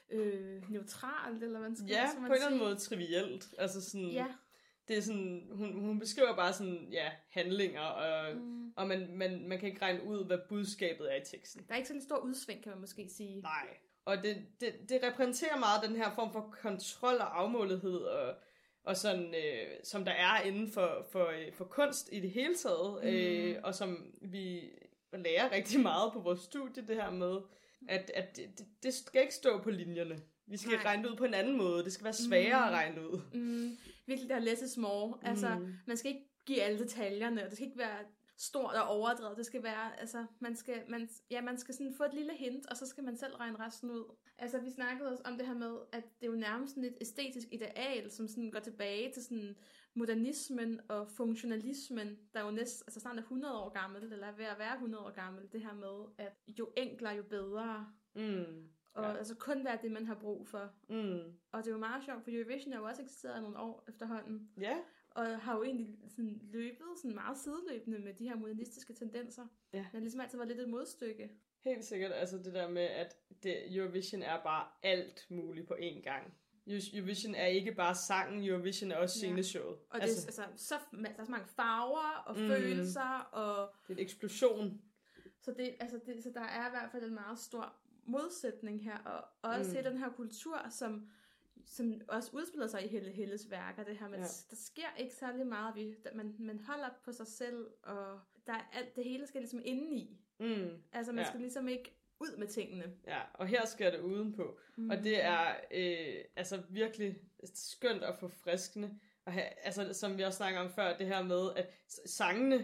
neutralt, eller hvad man skal på en eller anden måde trivielt. Altså sådan, det er sådan, hun beskriver bare sådan, handlinger, og man kan ikke regne ud, hvad budskabet er i teksten. Der er ikke så lidt stor udsving, kan man måske sige. Nej, og det repræsenterer meget den her form for kontrol og afmålethed, og sådan, som der er inden for kunst i det hele taget, og som vi lærer rigtig meget på vores studie, det her med, at det skal ikke stå på linjerne. Vi skal regne det ud på en anden måde. Det skal være sværere at regne ud. Virkelig, der er less is more. Altså, man skal ikke give alle detaljerne, og det skal ikke være stort og overdrevet. Det skal være, altså, man skal sådan få et lille hint, og så skal man selv regne resten ud. Altså, vi snakkede også om det her med, at det er jo nærmest sådan et æstetisk ideal, som sådan går tilbage til sådan modernismen og funktionalismen, der jo snart er 100 år gammel, eller er ved at være 100 år gammel. Det her med, at jo enklere, jo bedre. Og altså kun være det, man har brug for. Og det er jo meget sjovt, for Eurovision har jo også eksisteret i nogle år efterhånden. Ja. Og har jo egentlig sådan løbet sådan meget sideløbende med de her modernistiske tendenser. Ja. Men ligesom altid var lidt et modstykke. Helt sikkert, altså det der med, at Eurovision er bare alt muligt på én gang. Eurovision er ikke bare sangen, Eurovision er også sceneshowet. Og det er der er så mange farver og følelser. Og det er en eksplosion. Så der er i hvert fald en meget stor modsætning her, og også den her kultur, som også udspiller sig i Helle-Helles værker, det her med, der sker ikke særlig meget, man holder på sig selv, og der er alt, det hele skal ligesom indeni. Altså man skal ligesom ikke ud med tingene. Ja, og her sker det udenpå. Og det er altså virkelig skønt og forfriskende. Og altså, som vi også snakker om før, det her med, at sangene,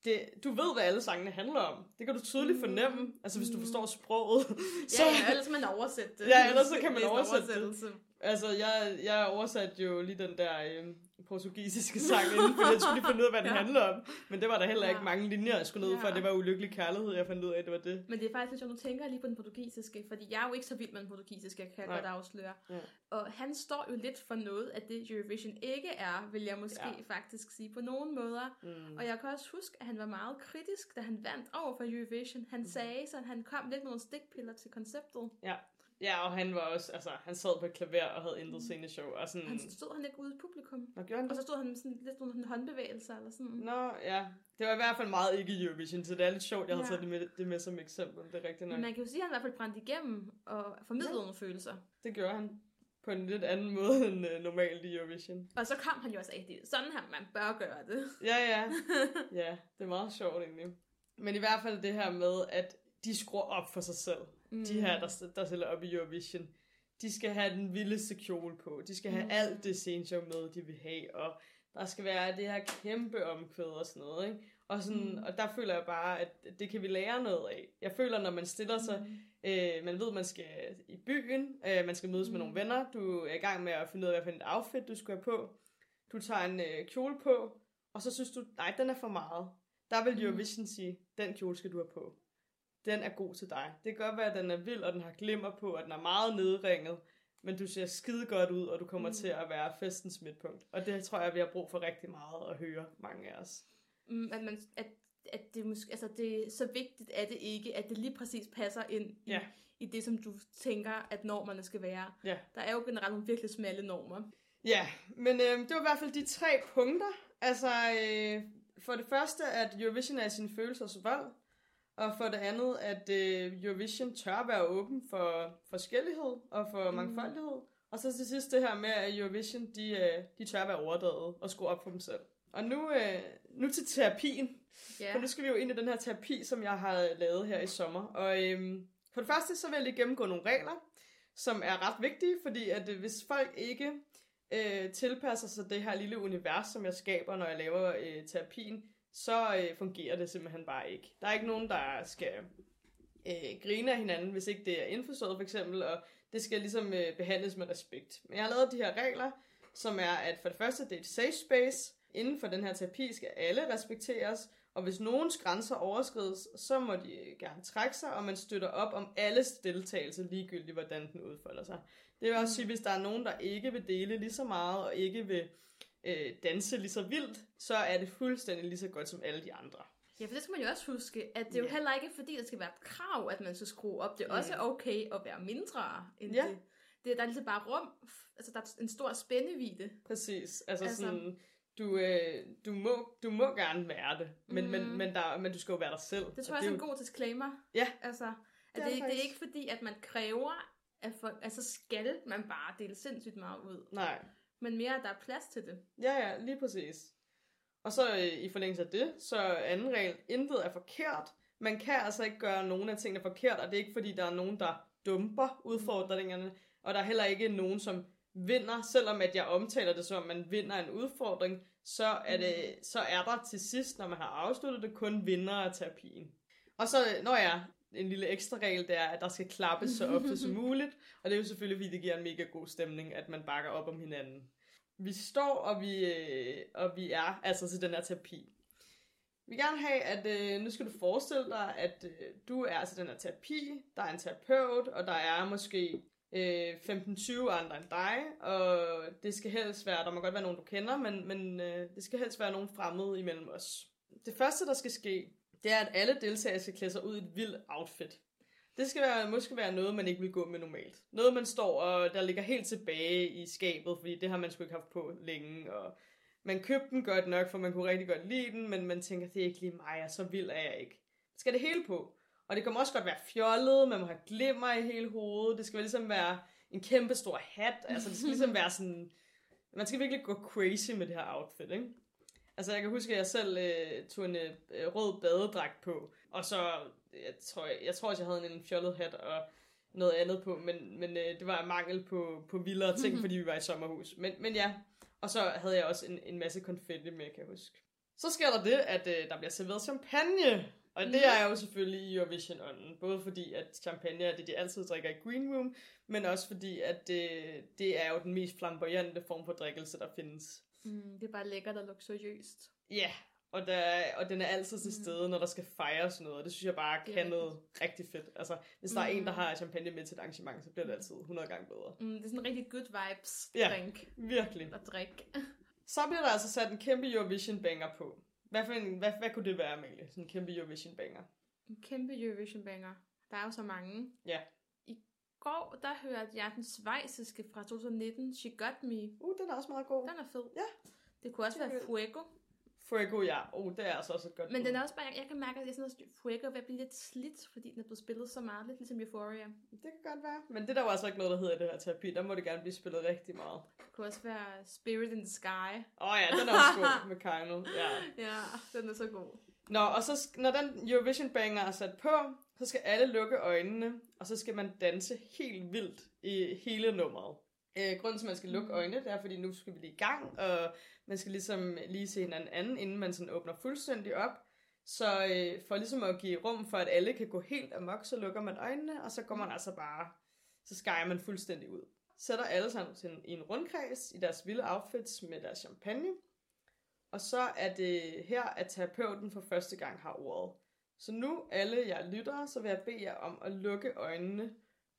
du ved, hvad alle sangene handler om. Det kan du tydeligt fornemme, altså hvis du forstår sproget. Så, ellers kan man oversætte det. Ja, ellers så kan man oversætte det. Altså, jeg oversatte jo lige den der portugisiske sang inden, fordi jeg skulle lige finde ud af, hvad den handler om. Men det var der heller ikke mange linjer, jeg skulle ned for, det var ulykkelig kærlighed, jeg fandt ud af, det var det. Men det er faktisk lidt sjovt, nu tænker jeg lige på den portugisiske, fordi jeg er jo ikke så vild med den portugisiske, jeg kan godt afsløre. Ja. Og han står jo lidt for noget af det, Eurovision ikke er, vil jeg måske faktisk sige, på nogle måder. Og jeg kan også huske, at han var meget kritisk, da han vandt over for Eurovision. Han sagde, så han kom lidt med nogle stikpiller til konceptet. Ja, og han var også, altså, han sad på et klaver og havde intet sceneshow. Og sådan... Han stod han ikke ude i publikum. Nå, gjorde han det? Og så stod han sådan lidt nogle håndbevægelser eller sådan. Nå, ja. Det var i hvert fald meget ikke Eurovision, så det er lidt sjovt, jeg har taget det med som eksempel. Det er rigtigt nok. Men man kan jo sige, at han i hvert fald brændte igennem og formidlede nogle følelser. Det gjorde han. På en lidt anden måde end normalt i Eurovision. Og så kom han jo også af det. Sådan her, man bør gøre det. Ja. Ja, det er meget sjovt egentlig. Men i hvert fald det her med, at de skruer op for sig selv. De her, der stiller op i Eurovision, de skal have den vildeste kjole på. De skal have alt det sceneshow med, de vil have. Og der skal være det her kæmpe omkvæd og sådan noget, ikke? Og, sådan, og der føler jeg bare, at det kan vi lære noget af. Jeg føler, når man stiller sig, man ved, man skal i byen, man skal mødes med nogle venner, du er i gang med at finde ud af, hvad for et outfit, du skal have på. Du tager en kjole på, og så synes du, nej, den er for meget. Der vil Eurovision sige, den kjole skal du have på. Den er god til dig. Det kan godt være, at den er vild, og den har glimmer på, og den er meget nedringet, men du ser skide godt ud, og du kommer til at være festens midtpunkt. Og det tror jeg, vi har brug for rigtig meget at høre, mange af os. At det måske, altså det er så vigtigt, at det ikke, at det lige præcis passer ind i det, som du tænker, at normerne skal være. Ja. Der er jo generelt nogle virkelig smalle normer. Ja, men det var i hvert fald de 3 punkter. Altså, for det første, at Eurovision er i sine følelsers vold, og for det andet, at Eurovision tør være åben for forskellighed og for mangfoldighed. Og så til sidst det her med, at Eurovision, de tør være overdrevet og skrue op for dem selv. Og nu til terapien. Yeah. For nu skal vi jo ind i den her terapi, som jeg har lavet her i sommer. Og for det første, så vil jeg lige gennemgå nogle regler, som er ret vigtige, fordi at hvis folk ikke tilpasser sig det her lille univers, som jeg skaber, når jeg laver terapien, så fungerer det simpelthen bare ikke. Der er ikke nogen, der skal grine af hinanden, hvis ikke det er indforstået for eksempel, og det skal ligesom behandles med respekt. Men jeg har lavet de her regler, som er, at for det første, det er et safe space. Inden for den her terapi skal alle respekteres, og hvis nogens grænser overskrides, så må de gerne trække sig, og man støtter op om alles deltagelse, ligegyldigt hvordan den udfolder sig. Det vil også sige, hvis der er nogen, der ikke vil dele lige så meget, og ikke vil danse lige så vildt, så er det fuldstændig lige så godt som alle de andre. Ja, for det skal man jo også huske, at det er jo heller ikke fordi, der skal være et krav, at man skal skrue op. Det er også okay at være mindre end det. Der er ligesom bare rum, altså der er en stor spændevidde. Præcis, altså sådan, du må gerne være det, men du skal jo være dig selv. Det tror jeg er en god disclaimer. Ja. Altså, at det er ikke fordi, at man kræver, at altså skal man bare dele sindssygt meget ud. Nej. Men mere, at der er plads til det. Ja, lige præcis. Og så i forlængelse af det, så anden regel, intet er forkert. Man kan altså ikke gøre nogen af tingene forkert, og det er ikke fordi, der er nogen, der dumper udfordringerne, og der er heller ikke nogen, som vinder, selvom at jeg omtaler det som, at man vinder en udfordring, så er der til sidst, når man har afsluttet det, kun vinder af terapien. Og så, en lille ekstra regel, det er, at der skal klappes så ofte som muligt, og det er jo selvfølgelig, fordi det giver en mega god stemning, at man bakker op om hinanden. Vi står, og vi er altså til den her terapi. Vi vil gerne have, at nu skal du forestille dig, at du er altså den her terapi, der er en terapeut, og der er måske 15-20 andre end dig, og det skal helst være, der må godt være nogen, du kender, men det skal helst være nogen fremmede imellem os. Det første, der skal ske, det er, at alle deltagere skal klæde sig ud i et vildt outfit. Det skal måske være noget, man ikke vil gå med normalt. Noget, man står og der ligger helt tilbage i skabet, fordi det har man sgu ikke haft på længe, og man købte den godt nok, for man kunne rigtig godt lide den, men man tænker, det er ikke lige mig, og så vild er jeg ikke. Skal det hele på? Og det kan også godt være fjollet, man må have glimmer i hele hovedet, det skal ligesom være en kæmpe stor hat, altså det skal ligesom være sådan, man skal virkelig gå crazy med det her outfit, ikke? Altså jeg kan huske, at jeg selv tog en rød badedragt på, og så, jeg tror også, jeg havde en fjollet hat og noget andet på, men det var mangel på vildere ting, fordi vi var i sommerhus. Men ja, og så havde jeg også en masse konfetti med, kan jeg huske. Så sker der det, at der bliver serveret champagne, og det er jo selvfølgelig i Eurovision-ånden, både fordi, at champagne er det, de altid drikker i Green Room, men også fordi, at det er jo den mest flamboyante form for drikkelse, der findes. Det er bare lækkert og luksuriøst. Ja, og den er altid til stede, når der skal fejres noget, og det synes jeg bare kan noget rigtig fedt. Altså, hvis der er en, der har champagne med til et arrangement, så bliver det altid 100 gange bedre. Det er sådan en rigtig good vibes drink. Ja, virkelig. Og drik. Så bliver der altså sat en kæmpe Eurovision banger på. Hvad kunne det være, Amalie? Sådan en kæmpe Eurovision banger. En kæmpe Eurovision banger. Der er jo så mange. Ja. I går, der hørte jeg den schweiziske fra 2019, She Got Me. Den er også meget god. Den er fed. Ja. Det kunne også være Fuego. Fuego, ja. Det er altså også et godt. Men den er også bare, jeg kan mærke, at Fuego vil blive lidt slidt, fordi den er blevet spillet så meget, lidt ligesom Euphoria. Det kan godt være. Men det der var altså ikke noget, der hedder i det her terapi. Der må det gerne blive spillet rigtig meget. Det kunne også være Spirit in the Sky. Ja, den er også god med Kyle. Ja, den er så god. Nå, og så når den Eurovision banger er sat på, så skal alle lukke øjnene, og så skal man danse helt vildt i hele nummeret. Grunden til, at man skal lukke øjnene, det er, fordi nu skal vi lige i gang, og man skal ligesom lige se hinanden anden, inden man sådan åbner fuldstændig op. Så for ligesom at give rum for, at alle kan gå helt amok, så lukker man øjnene, og så går man altså bare, så skærer man fuldstændig ud. Sætter alle sammen i en rundkreds i deres vilde outfits med deres champagne. Og så er det her, at terapeuten for første gang har ordet. Så nu, alle jer lyttere, så vil jeg bede jer om at lukke øjnene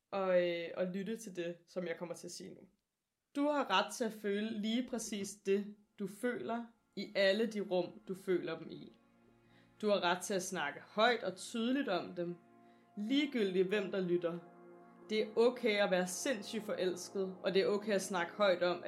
og lytte til det, som jeg kommer til at sige nu. Du har ret til at føle lige præcis det, du føler i alle de rum, du føler dem i. Du har ret til at snakke højt og tydeligt om dem, ligegyldigt hvem der lytter. Det er okay at være sindssygt forelsket, og det er okay at snakke højt om,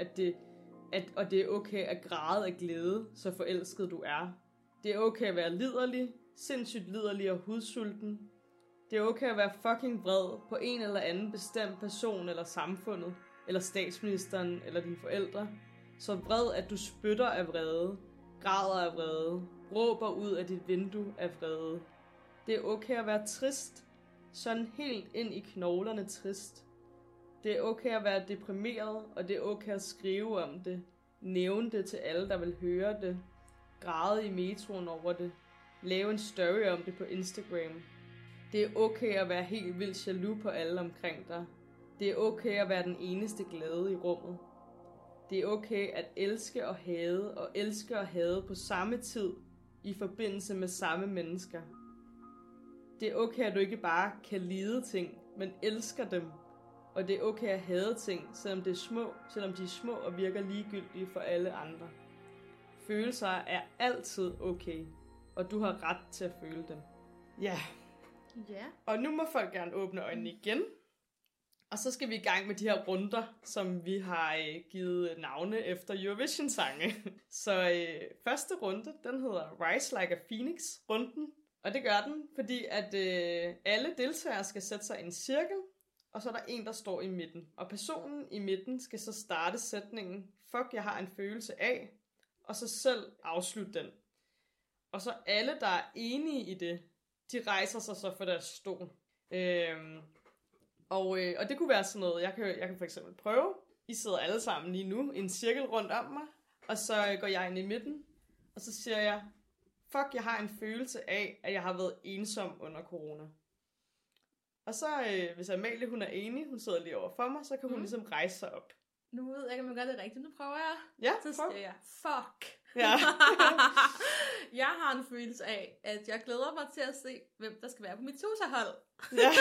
og det er okay at græde af glæde, så forelsket du er. Det er okay at være liderlig, sindssygt liderlig og hudsulten. Det er okay at være fucking vred på en eller anden bestemt person eller samfundet, eller statsministeren eller dine forældre. Så vred, at du spytter af vrede, græder af vrede, råber ud af dit vindue af vrede. Det er okay at være trist, sådan helt ind i knoglerne trist. Det er okay at være deprimeret, og det er okay at skrive om det. Nævne det til alle, der vil høre det. Græde i metroen over det. Lave en story om det på Instagram. Det er okay at være helt vildt jaloux på alle omkring dig. Det er okay at være den eneste glade i rummet. Det er okay at elske og hade på samme tid i forbindelse med samme mennesker. Det er okay, at du ikke bare kan lide ting, men elsker dem. Og det er okay at hade ting, selvom de er små og virker ligegyldige for alle andre. Følelser er altid okay, og du har ret til at føle dem. Ja. Ja. Og nu må folk gerne åbne øjnene igen. Og så skal vi i gang med de her runder, som vi har givet navne efter Eurovision-sange. Så første runde, den hedder Rise Like a Phoenix-runden. Og det gør den, fordi at alle deltagere skal sætte sig i en cirkel, og så er der en, der står i midten. Og personen i midten skal så starte sætningen, fuck, jeg har en følelse af, og så selv afslutte den. Og så alle, der er enige i det, de rejser sig så for deres stol. Og det kunne være sådan noget, jeg kan for eksempel prøve. I sidder alle sammen lige nu i en cirkel rundt om mig, og så går jeg ind i midten, og så siger jeg, fuck, jeg har en følelse af, at jeg har været ensom under corona. Og så, hvis Amalie hun er enig, hun sidder lige over for mig, så kan hun ligesom rejse sig op. Nu ved jeg ikke, om jeg gør det rigtigt. Nu prøver jeg. Ja, så siger jeg, fuck. Ja. Jeg har en følelse af, at jeg glæder mig til at se, hvem der skal være på mit tuserhold. Ja.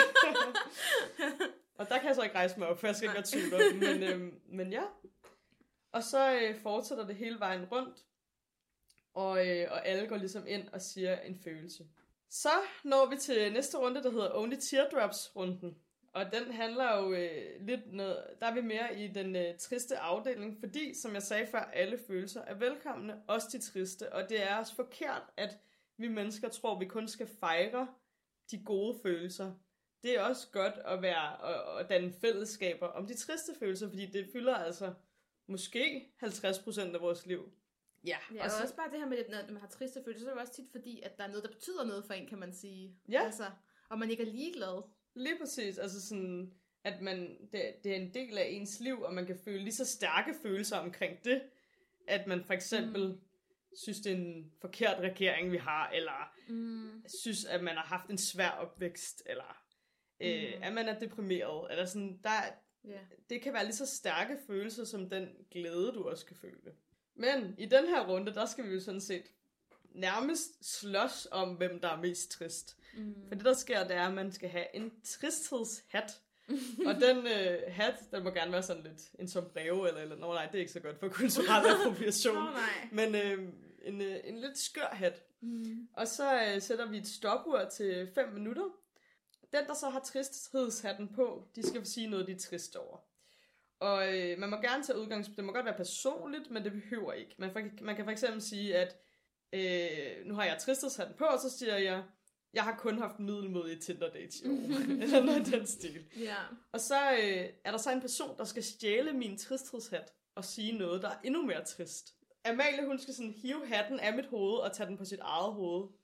Og der kan jeg så ikke rejse mig op, for jeg skal ikke være tutor. Men ja. Og så fortsætter det hele vejen rundt. Og alle går ligesom ind og siger en følelse. Så når vi til næste runde, der hedder Only Teardrops-runden. Og den handler jo lidt noget, der er vi mere i den triste afdeling, fordi, som jeg sagde før, alle følelser er velkomne, også de triste. Og det er også forkert, at vi mennesker tror, vi kun skal fejre de gode følelser. Det er også godt at være og danne fællesskaber om de triste følelser, fordi det fylder altså måske 50% af vores liv. Ja, og også bare det her med, at når man har triste følelser, så er det også tit fordi, at der er noget, der betyder noget for en, kan man sige. Ja. Altså, og man ikke er ligeglad. Lige præcis, altså sådan, at det er en del af ens liv, og man kan føle lige så stærke følelser omkring det, at man for eksempel synes, det er en forkert regering, vi har, eller synes, at man har haft en svær opvækst, eller at man er deprimeret, eller sådan, det kan være lige så stærke følelser, som den glæde, du også kan føle. Men i den her runde, der skal vi jo sådan set nærmest slås om, hvem der er mest trist. For det, der sker, det er, at man skal have en tristhedshat. Og den hat, den må gerne være sådan lidt en sombrero, eller nej, det er ikke så godt for kulturel appropriation. Men en lidt skør hat. Og så sætter vi et stopur til 5 minutter. Den, der så har tristhedshatten på, de skal sige noget, de er trist over. Og man må gerne tage udgangspunkt, det må godt være personligt, men det behøver ikke. Man kan for eksempel sige, at nu har jeg tristhedshatten på, og så siger jeg har kun haft middelmodige Tinder-dates i år. Eller noget af den stil. Yeah. Og så er der så en person, der skal stjæle min tristhedshat og sige noget, der er endnu mere trist. Amalie, hun skal sådan hive hatten af mit hoved og tage den på sit eget hoved.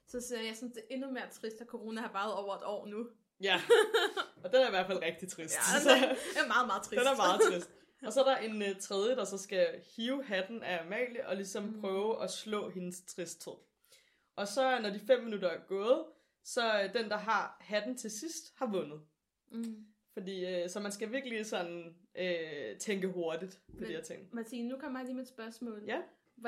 Så siger jeg synes, det er endnu mere trist, at corona har varet over et år nu. Ja, og den er i hvert fald rigtig trist. Ja, den er meget, meget trist. Den er meget trist. Og så er der en tredje, der så skal hive hatten af Amalie, og ligesom prøve at slå hendes tristhed. Og så når de 5 minutter er gået, så den, der har hatten til sidst, har vundet. Fordi, så man skal virkelig sådan tænke hurtigt på de her ting. Martine, nu kommer jeg lige med et spørgsmål. Ja.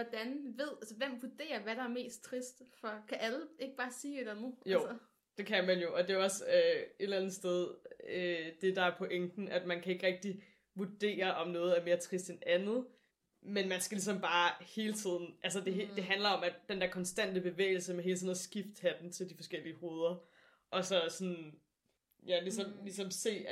Hvem vurderer, hvad der er mest trist? For kan alle ikke bare sige et eller andet? Jo, det kan man jo. Og det er også et eller andet sted, det der er pointen, at man kan ikke rigtig vurdere, om noget er mere trist end andet. Men man skal ligesom bare hele tiden, altså det handler om, at den der konstante bevægelse med hele tiden at skifte hatten til de forskellige hoveder. Og så sådan, ja, ligesom se,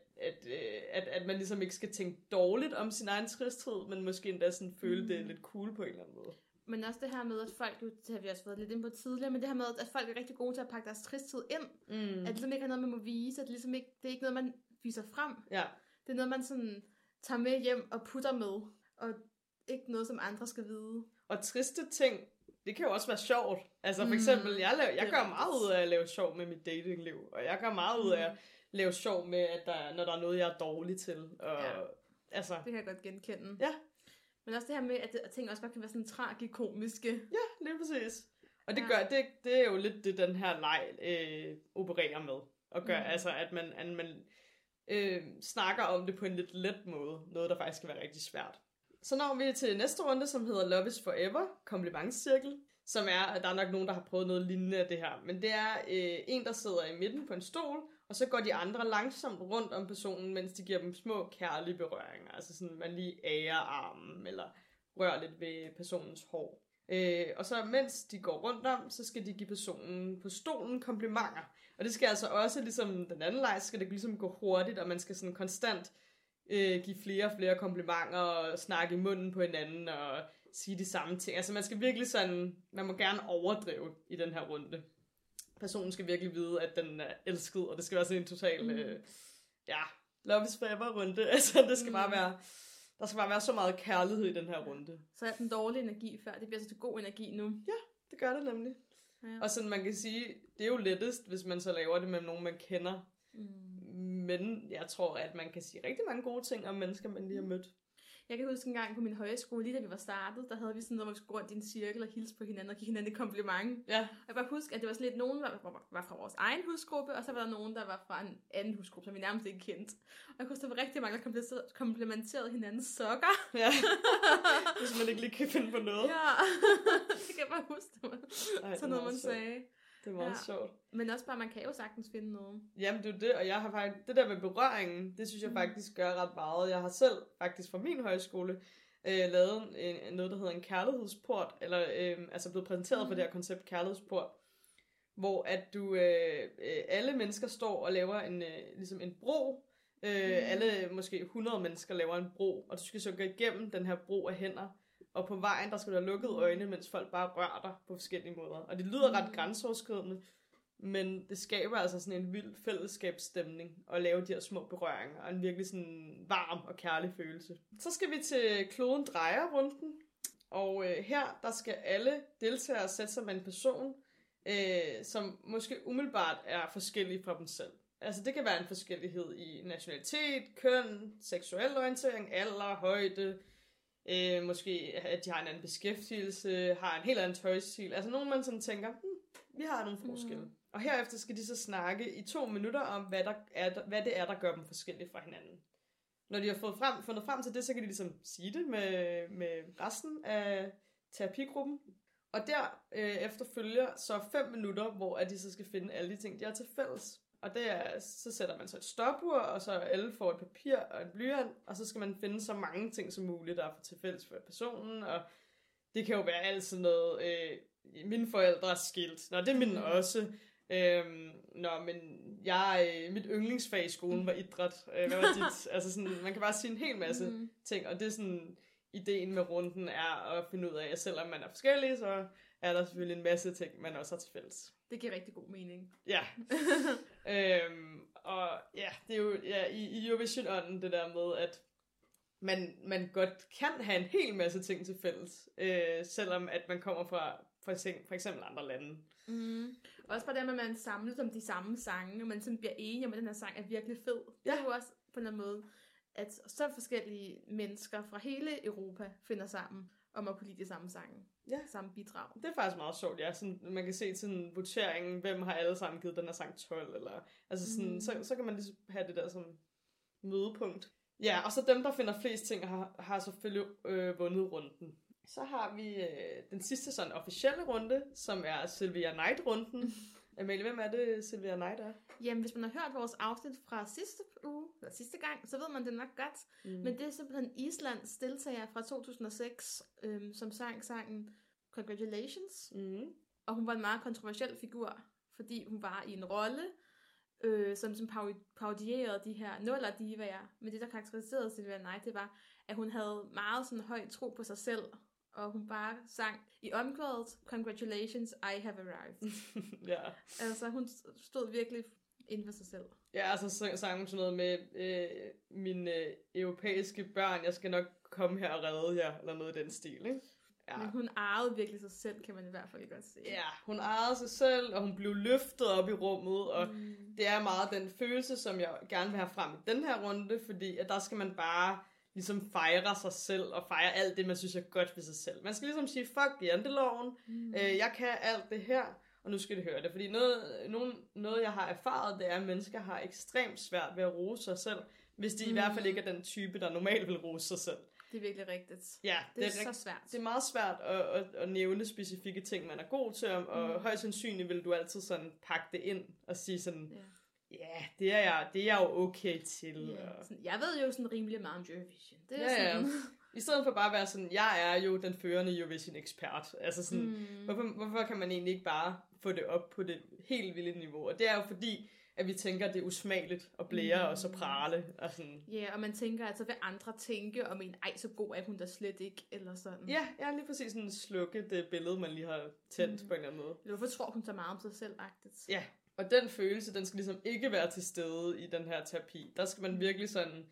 at man ligesom ikke skal tænke dårligt om sin egen tristhed, men måske endda sådan føle det lidt cool på en eller anden måde. Men også det her med, at folk, det har vi også været lidt inde på tidligere, men det her med, at folk er rigtig gode til at pakke deres tristhed ind. At det ligesom ikke har noget, man må vise, at det ligesom ikke, det er ikke noget, man viser frem. Ja. Det er noget, man sådan tager med hjem og putter med, og ikke noget, som andre skal vide. Og triste ting, det kan jo også være sjovt. Altså for eksempel, jeg gør meget ud af at lave sjov med mit datingliv, og jeg gør meget ud af at lave sjov med, at når der er noget, jeg er dårlig til. Og, altså, det kan jeg godt genkende. Ja. Men også det her med, at ting også bare kan være sådan tragikomiske. Ja, lige præcis. Og det er jo lidt det, den her leg opererer med. Og gør, altså, at man snakker om det på en lidt let måde. Noget, der faktisk kan være rigtig svært. Så når vi til næste runde, som hedder Love is Forever, komplimentscirkel. Som er, at der er nok nogen, der har prøvet noget lignende af det her. Men det er en, der sidder i midten på en stol, og så går de andre langsomt rundt om personen, mens de giver dem små kærlige berøringer. Altså sådan, man lige ærer armen, eller rører lidt ved personens hår. Og så mens de går rundt om, så skal de give personen på stolen komplimenter. Og det skal altså også, ligesom den anden leg, skal det ligesom gå hurtigt, og man skal sådan konstant give flere og flere komplimenter, og snakke i munden på hinanden, og sige de samme ting. Altså man skal virkelig sådan, man må gerne overdrive i den her runde. Personen skal virkelig vide, at den er elsket, og det skal være sådan en total, love is forever runde. Altså det skal bare være, der skal bare være så meget kærlighed i den her runde. Så er den dårlige energi før, det bliver så til god energi nu. Ja, det gør det nemlig. Ja. Og sådan man kan sige, det er jo lettest, hvis man så laver det med nogen, man kender. Men jeg tror, at man kan sige rigtig mange gode ting om mennesker, man lige har mødt. Jeg kan huske en gang på min højskole, lige da vi var startet, der havde vi sådan noget, hvor vi skulle gå rundt i en cirkel og hilse på hinanden og give hinanden et kompliment. Ja. Og jeg bare huske, at det var sådan lidt, nogen var fra vores egen husgruppe, og så var der nogen, der var fra en anden husgruppe, som vi nærmest ikke kendte. Og jeg kunne huske, der var rigtig mange, der komplimenterede hinandens sokker. Ja, hvis man ikke lige kan finde på noget. Ja, det kan jeg bare huske, det var sådan noget, man sagde. Det er meget sjovt. Men også bare, man kan jo sagtens finde noget. Jamen, det er det, og jeg har faktisk, det der med berøringen, det synes jeg faktisk gør ret meget. Jeg har selv faktisk fra min højskole lavet noget, der hedder en kærlighedsport, eller altså blevet præsenteret for det her koncept kærlighedsport, hvor at du, alle mennesker står og laver ligesom en bro. Alle, måske 100 mennesker laver en bro, og du skal så gå igennem den her bro af hænder. Og på vejen, der skal du have lukket øjne, mens folk bare rører dig på forskellige måder. Og det lyder ret grænseoverskridende, men det skaber altså sådan en vild fællesskabsstemning at lave de her små berøringer, og en virkelig sådan varm og kærlig følelse. Så skal vi til kloden drejer-runden, og her, der skal alle deltagere sætte sig med en person, som måske umiddelbart er forskellig fra dem selv. Altså det kan være en forskellighed i nationalitet, køn, seksuel orientering, alder, højde, måske at de har en anden beskæftigelse, har en helt anden tøjstil. Altså nogen man sådan tænker, vi har nogle forskelle. Og herefter skal de så snakke i 2 minutter om, hvad det er, der gør dem forskellige fra hinanden. Når de har fundet frem til det, så kan de ligesom sige det med resten af terapigruppen. Og efter følger så 5 minutter, hvor de så skal finde alle de ting, de har til fælles. Og så sætter man så et stopur, og så alle får et papir og en blyant, og så skal man finde så mange ting som muligt, der er til fælles for personen, og det kan jo være alt sådan noget, mine forældre er skilt, det er mine også, men mit yndlingsfag i skolen var idræt, hvad var dit? Altså sådan, man kan bare sige en hel masse ting, og det er sådan, ideen med runden er at finde ud af, at selvom man er forskellig, så er der selvfølgelig en masse ting, man også har til fælles. Det giver rigtig god mening. Ja. Og ja, det er jo i Eurovision-ånden det der med, at man godt kan have en hel masse ting til fælles, selvom at man kommer fra for eksempel andre lande. Også bare det med, at man samles om de samme sange, og man sådan bliver enige om, at den her sang er virkelig fed. Ja. Det er jo også på en eller anden måde, at så forskellige mennesker fra hele Europa finder sammen om at kunne lide de samme sange. Ja. Samme bidrag. Det er faktisk meget sjovt, ja. Sådan, man kan se sådan voteringen, hvem har alle sammen givet den her sang 12, eller altså sådan, så kan man ligesom have det der som mødepunkt. Ja, og så dem, der finder flest ting, har selvfølgelig vundet runden. Så har vi den sidste sådan officielle runde, som er Sylvia Knight-runden. Amalie, hvem er det, Sylvia Knight er? Jamen, hvis man har hørt vores afsnit fra sidste gang, så ved man det nok godt. Men det er simpelthen Islands deltager fra 2006, som sang sangen Congratulations. Og hun var en meget kontroversiel figur, fordi hun var i en rolle, som parodierede de her nuller-divaer. Men det, der karakteriserede Sylvia Knight, det var, at hun havde meget sådan høj tro på sig selv, og hun bare sang i omkvædet, Congratulations, I have arrived. Ja. Altså, hun stod virkelig inden for sig selv. Ja, altså sang hun sådan noget med mine europæiske børn, jeg skal nok komme her og redde jer, eller noget i den stil, ikke? Ja. Men hun ejede virkelig sig selv, kan man i hvert fald godt se. Ja, hun ejede sig selv, og hun blev løftet op i rummet, og det er meget den følelse, som jeg gerne vil have frem i den her runde, fordi at der skal man bare ligesom fejre sig selv, og fejre alt det, man synes er godt ved sig selv. Man skal ligesom sige, fuck janteloven, jeg kan alt det her, og nu skal det høre det. Fordi noget jeg har erfaret, det er, at mennesker har ekstremt svært ved at rose sig selv, hvis de i hvert fald ikke er den type, der normalt vil rose sig selv. Det er virkelig rigtigt. Ja, det er så svært. Det er meget svært at nævne specifikke ting, man er god til, og højst sandsynligt vil du altid sådan pakke det ind og sige sådan, ja, det er jeg jo okay til. Ja, sådan, jeg ved jo sådan rimelig meget om Eurovision. Det er sådan. I stedet for bare at være sådan, jeg er jo den førende Eurovision-ekspert. Altså sådan, hvorfor kan man egentlig ikke bare få det op på det helt vilde niveau? Og det er jo fordi, at vi tænker, at det er usmageligt at blære og så prale. Og sådan. Ja, og man tænker altså, hvad andre tænker om en, ej, så god er hun da slet ikke, eller sådan. Ja, lige præcis sådan slukke det billede, man lige har tændt på en eller anden måde. Hvorfor tror hun så meget om sig selv-agtigt? Ja, og den følelse, den skal ligesom ikke være til stede i den her terapi. Der skal man virkelig sådan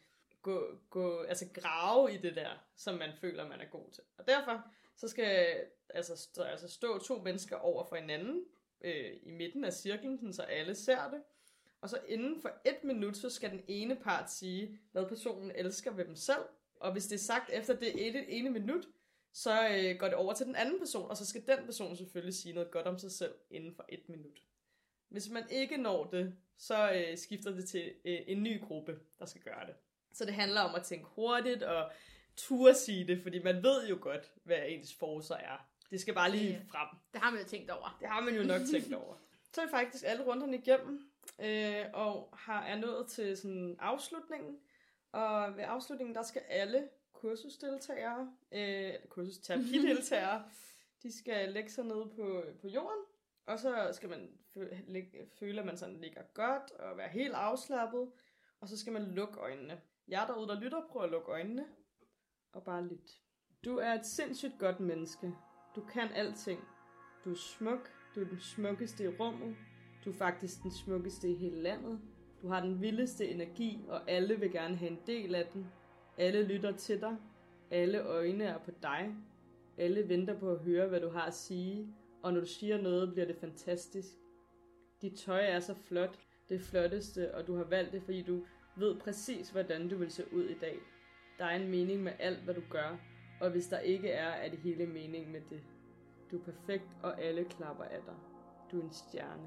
altså grave i det der, som man føler, man er god til. Og derfor så skal altså stå to mennesker over for hinanden i midten af cirklen, så alle ser det. Og så inden for 1 minut, så skal den ene part sige, hvad personen elsker ved dem selv. Og hvis det er sagt efter det ene minut, så går det over til den anden person, og så skal den person selvfølgelig sige noget godt om sig selv inden for 1 minut. Hvis man ikke når det, så skifter det til en ny gruppe, der skal gøre det. Så det handler om at tænke hurtigt og turde sige det, fordi man ved jo godt, hvad ens forser er. Det skal bare lige frem. Det har man jo tænkt over. Det har man jo nok tænkt over. Så er vi faktisk alle runderne igennem, og er nået til sådan afslutningen. Og ved afslutningen, der skal alle kursusdeltagere, kursterapideltagere, de skal lægge sig ned på jorden. Og så skal man føle, at man sådan ligger godt og være helt afslappet. Og så skal man lukke øjnene. Jeg derude, der lytter, prøv at lukke øjnene. Og bare lyt. Du er et sindssygt godt menneske. Du kan alting. Du er smuk. Du er den smukkeste i rummet. Du er faktisk den smukkeste i hele landet. Du har den vildeste energi, og alle vil gerne have en del af den. Alle lytter til dig. Alle øjne er på dig. Alle venter på at høre, hvad du har at sige. Og når du siger noget, bliver det fantastisk. Dit tøj er så flot. Det flotteste, og du har valgt det, fordi du ved præcis, hvordan du vil se ud i dag. Der er en mening med alt, hvad du gør, og hvis der ikke er det hele mening med det. Du er perfekt, og alle klapper af dig. Du er en stjerne.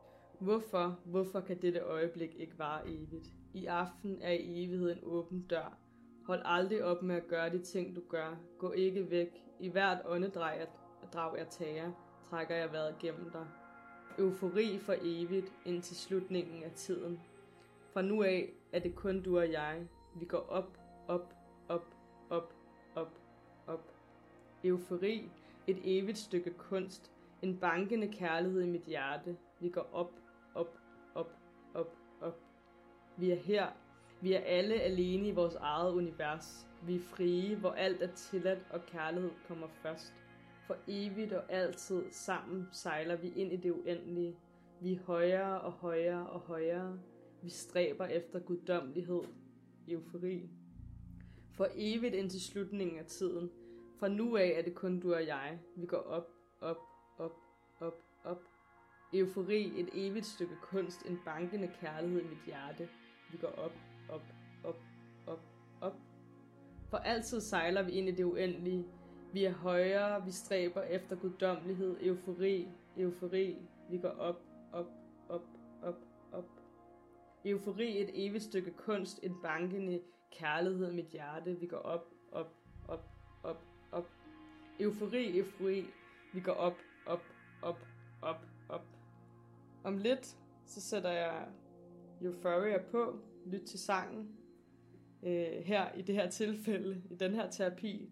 Hvorfor kan dette øjeblik ikke vare evigt? I aften er i evighed en åben dør. Hold aldrig op med at gøre de ting, du gør. Gå ikke væk. I hvert åndedrag jeg tager, trækker jeg vejret gennem dig. Eufori for evigt indtil slutningen af tiden. Fra nu af er det kun du og jeg. Vi går op, op, op, op, op, op. Eufori, et evigt stykke kunst. En bankende kærlighed i mit hjerte. Vi går op, op, op, op, op. Vi er her. Vi er alle alene i vores eget univers. Vi er frie, hvor alt er tilladt og kærlighed kommer først. For evigt og altid sammen sejler vi ind i det uendelige. Vi er højere og højere og højere. Vi stræber efter guddommelighed. Eufori. For evigt indtil slutningen af tiden. Fra nu af er det kun du og jeg. Vi går op, op, op, op, op. Eufori, et evigt stykke kunst, en bankende kærlighed i mit hjerte. Vi går op, op, op, op, op. For altid sejler vi ind i det uendelige. Vi er højere, vi stræber efter guddommelighed. Eufori, eufori, vi går op, op, op, op, op. Eufori, et evigt stykke kunst, en bankende kærlighed i mit hjerte. Vi går op, op, op, op, op. Eufori, eufori, vi går op, op, op, op, op. Om lidt, så sætter jeg Euphoria på, lyt til sangen. Her i det her tilfælde, i den her terapi,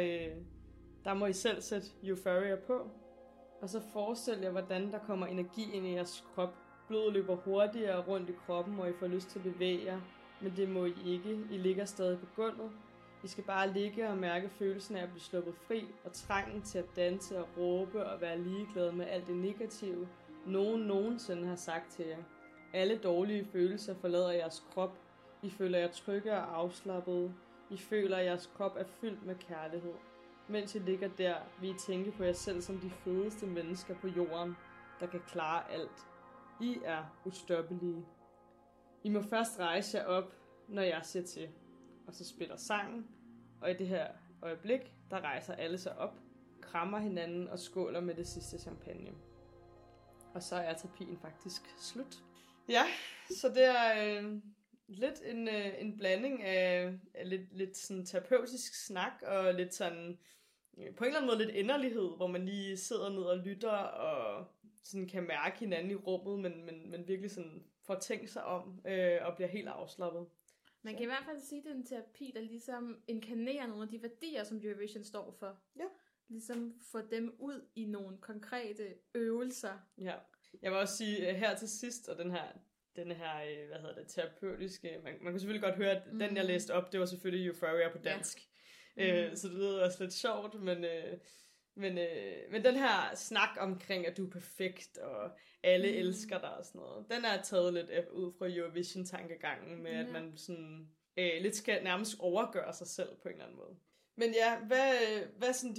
der må I selv sætte Euphoria på. Og så forestil jer, hvordan der kommer energi ind i jeres krop. Blodet løber hurtigere rundt i kroppen, og I får lyst til at bevæge jer. Men det må I ikke. I ligger stadig på gulvet. I skal bare ligge og mærke følelsen af at blive sluppet fri, og trængen til at danse og råbe og være ligeglad med alt det negative, nogen nogensinde har sagt til jer. Alle dårlige følelser forlader jeres krop. I føler jer trygge og afslappede. I føler, at jeres krop er fyldt med kærlighed. Mens I ligger der, vil I tænke på jer selv som de fedeste mennesker på jorden, der kan klare alt. I er ustoppelige. I må først rejse jer op, når jeg siger til. Og så spiller sangen, og i det her øjeblik, der rejser alle sig op, krammer hinanden og skåler med det sidste champagne. Og så er terapien faktisk slut. Ja, så det er lidt en blanding af lidt sådan terapeutisk snak og lidt sådan på en eller anden måde lidt inderlighed, hvor man lige sidder ned og lytter og sådan kan mærke hinanden i rummet, men virkelig sådan får tænkt sig om og bliver helt afslappet. Man kan i hvert fald sige, at det er en terapi, der ligesom inkarnerer nogle af de værdier, som Eurovision står for. Ja. Ligesom få dem ud i nogle konkrete øvelser. Ja. Jeg vil også sige her til sidst, og den her terapeutiske, man kunne selvfølgelig godt høre, at den jeg læste op, det var selvfølgelig Euphoria på dansk. Ja. Så det lyder også lidt sjovt, men den her snak omkring, at du er perfekt, og alle elsker dig og sådan noget, den er taget lidt ud fra Eurovision-tankegangen med, at man sådan lidt skal nærmest overgøre sig selv på en eller anden måde. Men ja, hvad er sådan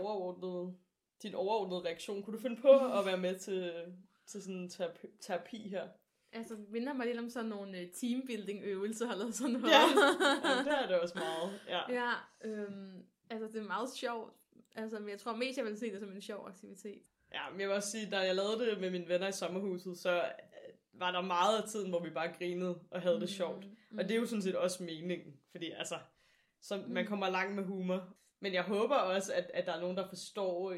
din overordnede reaktion? Kunne du finde på at være med til sådan en terapi her? Altså, det minder mig lidt om sådan nogle teambuilding-øvelser eller sådan noget. Ja, det er det også meget. Ja, altså det er meget sjovt. Altså, men jeg tror mest, jeg vil se det som en sjov aktivitet. Ja, men jeg vil også sige, da jeg lavede det med mine venner i sommerhuset, så var der meget af tiden, hvor vi bare grinede og havde det sjovt. Og det er jo sådan set også meningen, fordi altså, så man kommer langt med humor. Men jeg håber også, at der er nogen, der forstår,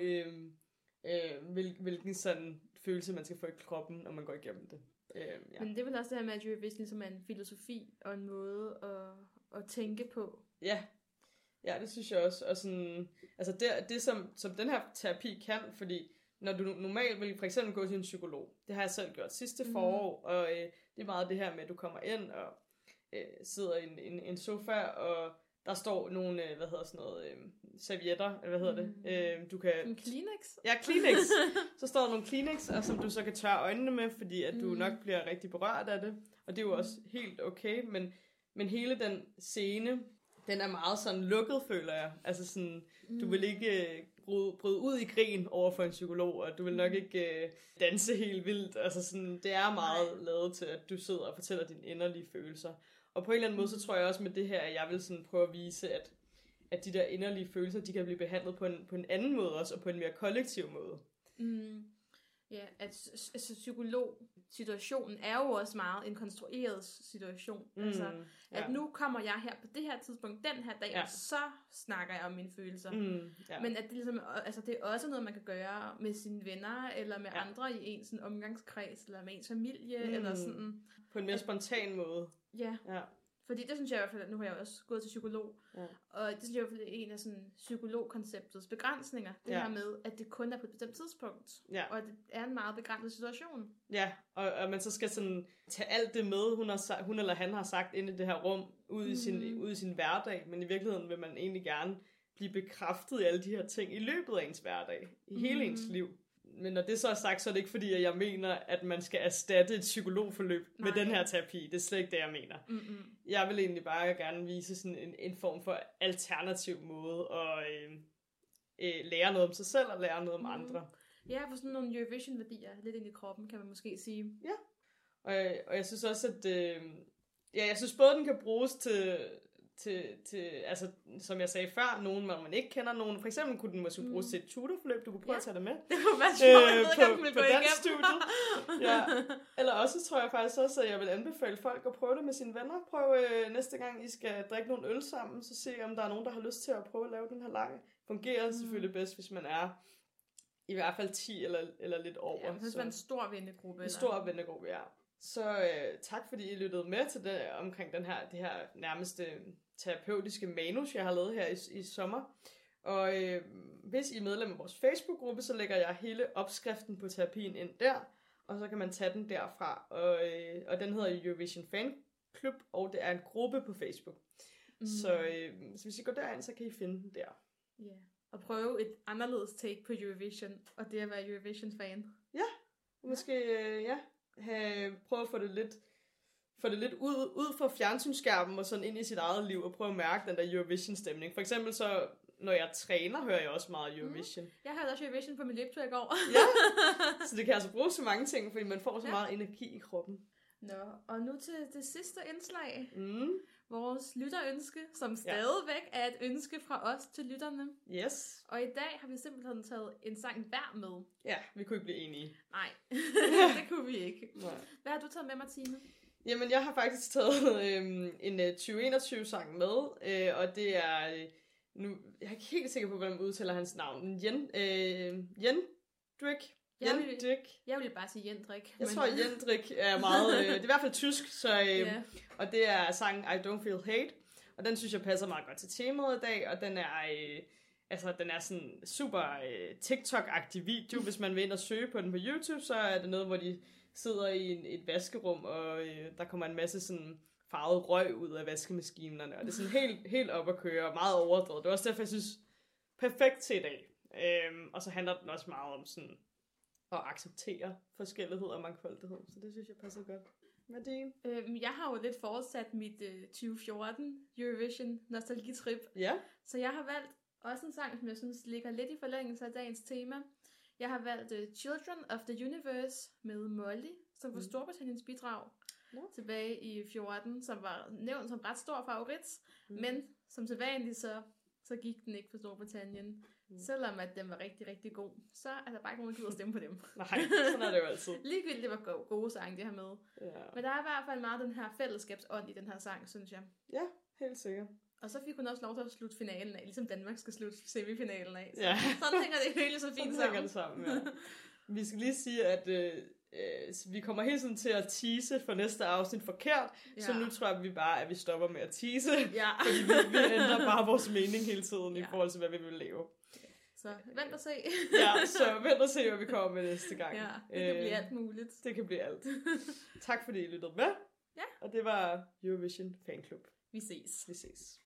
hvilken sådan følelse, man skal få i kroppen, når man går igennem det. Ja. Men det er vel også det her med, at Eurovision ligesom er en filosofi og en måde at tænke på. Ja, det synes jeg også. Og sådan, altså det som den her terapi kan, fordi når du normalt vil for eksempel gå til en psykolog, det har jeg selv gjort sidste forår, og det er meget det her med, at du kommer ind og sidder i en sofa, og der står nogle, servietter, eller hvad hedder det? Du kan... En Kleenex? Ja, Kleenex. Så står der nogle Kleenex, og som du så kan tørre øjnene med, fordi at du nok bliver rigtig berørt af det. Og det er jo også helt okay, men hele den scene, den er meget sådan lukket, føler jeg. Altså sådan, du vil ikke bryde ud i grin over for en psykolog, og du vil nok ikke danse helt vildt. Altså sådan, det er meget lavet til, at du sidder og fortæller dine inderlige følelser. Og på en eller anden måde, så tror jeg også med det her, at jeg vil sådan prøve at vise, at de der inderlige følelser, de kan blive behandlet på en anden måde også, og på en mere kollektiv måde. Ja, altså psykologsituationen er jo også meget en konstrueret situation. Altså, at nu kommer jeg her på det her tidspunkt, den her dag, og så snakker jeg om mine følelser. Men at det, ligesom, altså, det er også noget, man kan gøre med sine venner, eller med andre i ens sådan, omgangskreds, eller med ens familie, eller sådan. På en mere spontan måde. Ja. Fordi det synes jeg i hvert fald, at nu har jeg også gået til psykolog, og det synes jeg i hvert fald er en af sådan, psykologkonceptets begrænsninger, det her med, at det kun er på et bestemt tidspunkt, og at det er en meget begrænset situation. Ja, og man så skal sådan tage alt det med, hun eller han har sagt inde i det her rum, ud i sin hverdag, men i virkeligheden vil man egentlig gerne blive bekræftet i alle de her ting i løbet af ens hverdag, i hele ens liv. Men når det så er sagt, så er det ikke fordi, at jeg mener, at man skal erstatte et psykologforløb med den her terapi. Det er slet ikke det, jeg mener. Jeg vil egentlig bare gerne vise sådan en form for alternativ måde at lære noget om sig selv og lære noget om andre. Ja, for sådan nogle Eurovision-værdier lidt ind i kroppen, kan man måske sige. Ja, og jeg synes også, at jeg synes både, den kan bruges til altså, som jeg sagde før, nogen, man ikke kender nogen. For eksempel kunne den måske bruges til et tutorforløb. Du kunne prøve at tage det med. Det kunne være sjovt, jeg ved ikke, om den ville på gå igennem. dansstudiet. Ja. Eller også tror jeg faktisk også, at jeg vil anbefale folk at prøve det med sine venner. Prøv næste gang, I skal drikke nogle øl sammen, så se, om der er nogen, der har lyst til at prøve at lave den her leg. Fungerer selvfølgelig bedst, hvis man er i hvert fald 10 eller lidt over. Ja, hvis man er en stor vennegruppe. En stor vennegruppe, ja. Så tak, fordi I lyttede med til det, omkring det her nærmeste terapeutiske manus, jeg har lavet her i sommer. Og hvis I er medlem af vores Facebook-gruppe, så lægger jeg hele opskriften på terapien ind der, og så kan man tage den derfra. Og den hedder Eurovision Fan Club, og det er en gruppe på Facebook. Så hvis I går derind, så kan I finde den der. Ja, og prøve et anderledes take på Eurovision, og det at være Eurovision-fan. Ja, måske prøve at få det lidt ud fra fjernsynsskærmen og sådan ind i sit eget liv og prøve at mærke den der Eurovision-stemning. For eksempel så, når jeg træner, hører jeg også meget Eurovision. Jeg hørte også Eurovision på min løbetur i går. Ja, så det kan altså bruges til mange ting, fordi man får så meget energi i kroppen. Nå, og nu til det sidste indslag. Vores lytterønske, som stadigvæk er et ønske fra os til lytterne. Yes. Og i dag har vi simpelthen taget en sang hver med. Ja, vi kunne ikke blive enige. Nej, det kunne vi ikke. Nej. Hvad har du taget med, Martine? Jamen, jeg har faktisk taget en 2021-sang med, og det er... nu, jeg er ikke helt sikker på, hvordan man udtaler hans navn. Jendrik. Jeg vil bare sige Jendrik. Jeg tror, Jendrik er meget... det er i hvert fald tysk, så, og det er sangen I Don't Feel Hate. Og den synes jeg passer meget godt til temaet i dag, og den er... den er sådan super TikTok-agtig video. Hvis man vil ind og søge på den på YouTube, så er det noget, hvor de sidder i et vaskerum, og der kommer en masse sådan farvet røg ud af vaskemaskinerne, og det er sådan helt op at køre, og meget overdrevet. Det er også derfor, jeg synes, perfekt til i dag. Og så handler den også meget om sådan at acceptere forskellighed og mangfoldighed, så det synes jeg passer godt. Hvad er din? Jeg har jo lidt fortsat mit 2014 Eurovision nostalgitrip, så jeg har valgt også en sang, som jeg synes ligger lidt i forlængelse af dagens tema. Jeg har valgt Children of the Universe med Molly, som var Storbritanniens bidrag tilbage i 14, som var nævnt som ret stor favorit, men som sædvanligt så gik den ikke for Storbritannien. Selvom at den var rigtig, rigtig god, så er der bare ikke nogen, der gider at stemme på dem. Nej, sådan er det jo altid. Ligegyldigt, det var gode sange, det her med. Ja. Men der er i hvert fald meget den her fællesskabsånd i den her sang, synes jeg. Ja, helt sikkert. Og så fik hun også lov til at slutte finalen af, ligesom Danmark skal slutte semifinalen af. Så ja. Sådan hænger det hele så fint sammen. Det sammen, ja. Vi skal lige sige, at vi kommer hele tiden til at tease for næste afsnit forkert, så nu tror jeg, at vi stopper med at tease, fordi vi ændrer bare vores mening hele tiden i forhold til, hvad vi vil lave. Så vent og se. Så vent og se, hvad vi kommer med næste gang. Ja, det kan blive alt muligt. Det kan blive alt. Tak fordi I lyttede med. Ja. Og det var Eurovision Fan Club. Vi ses.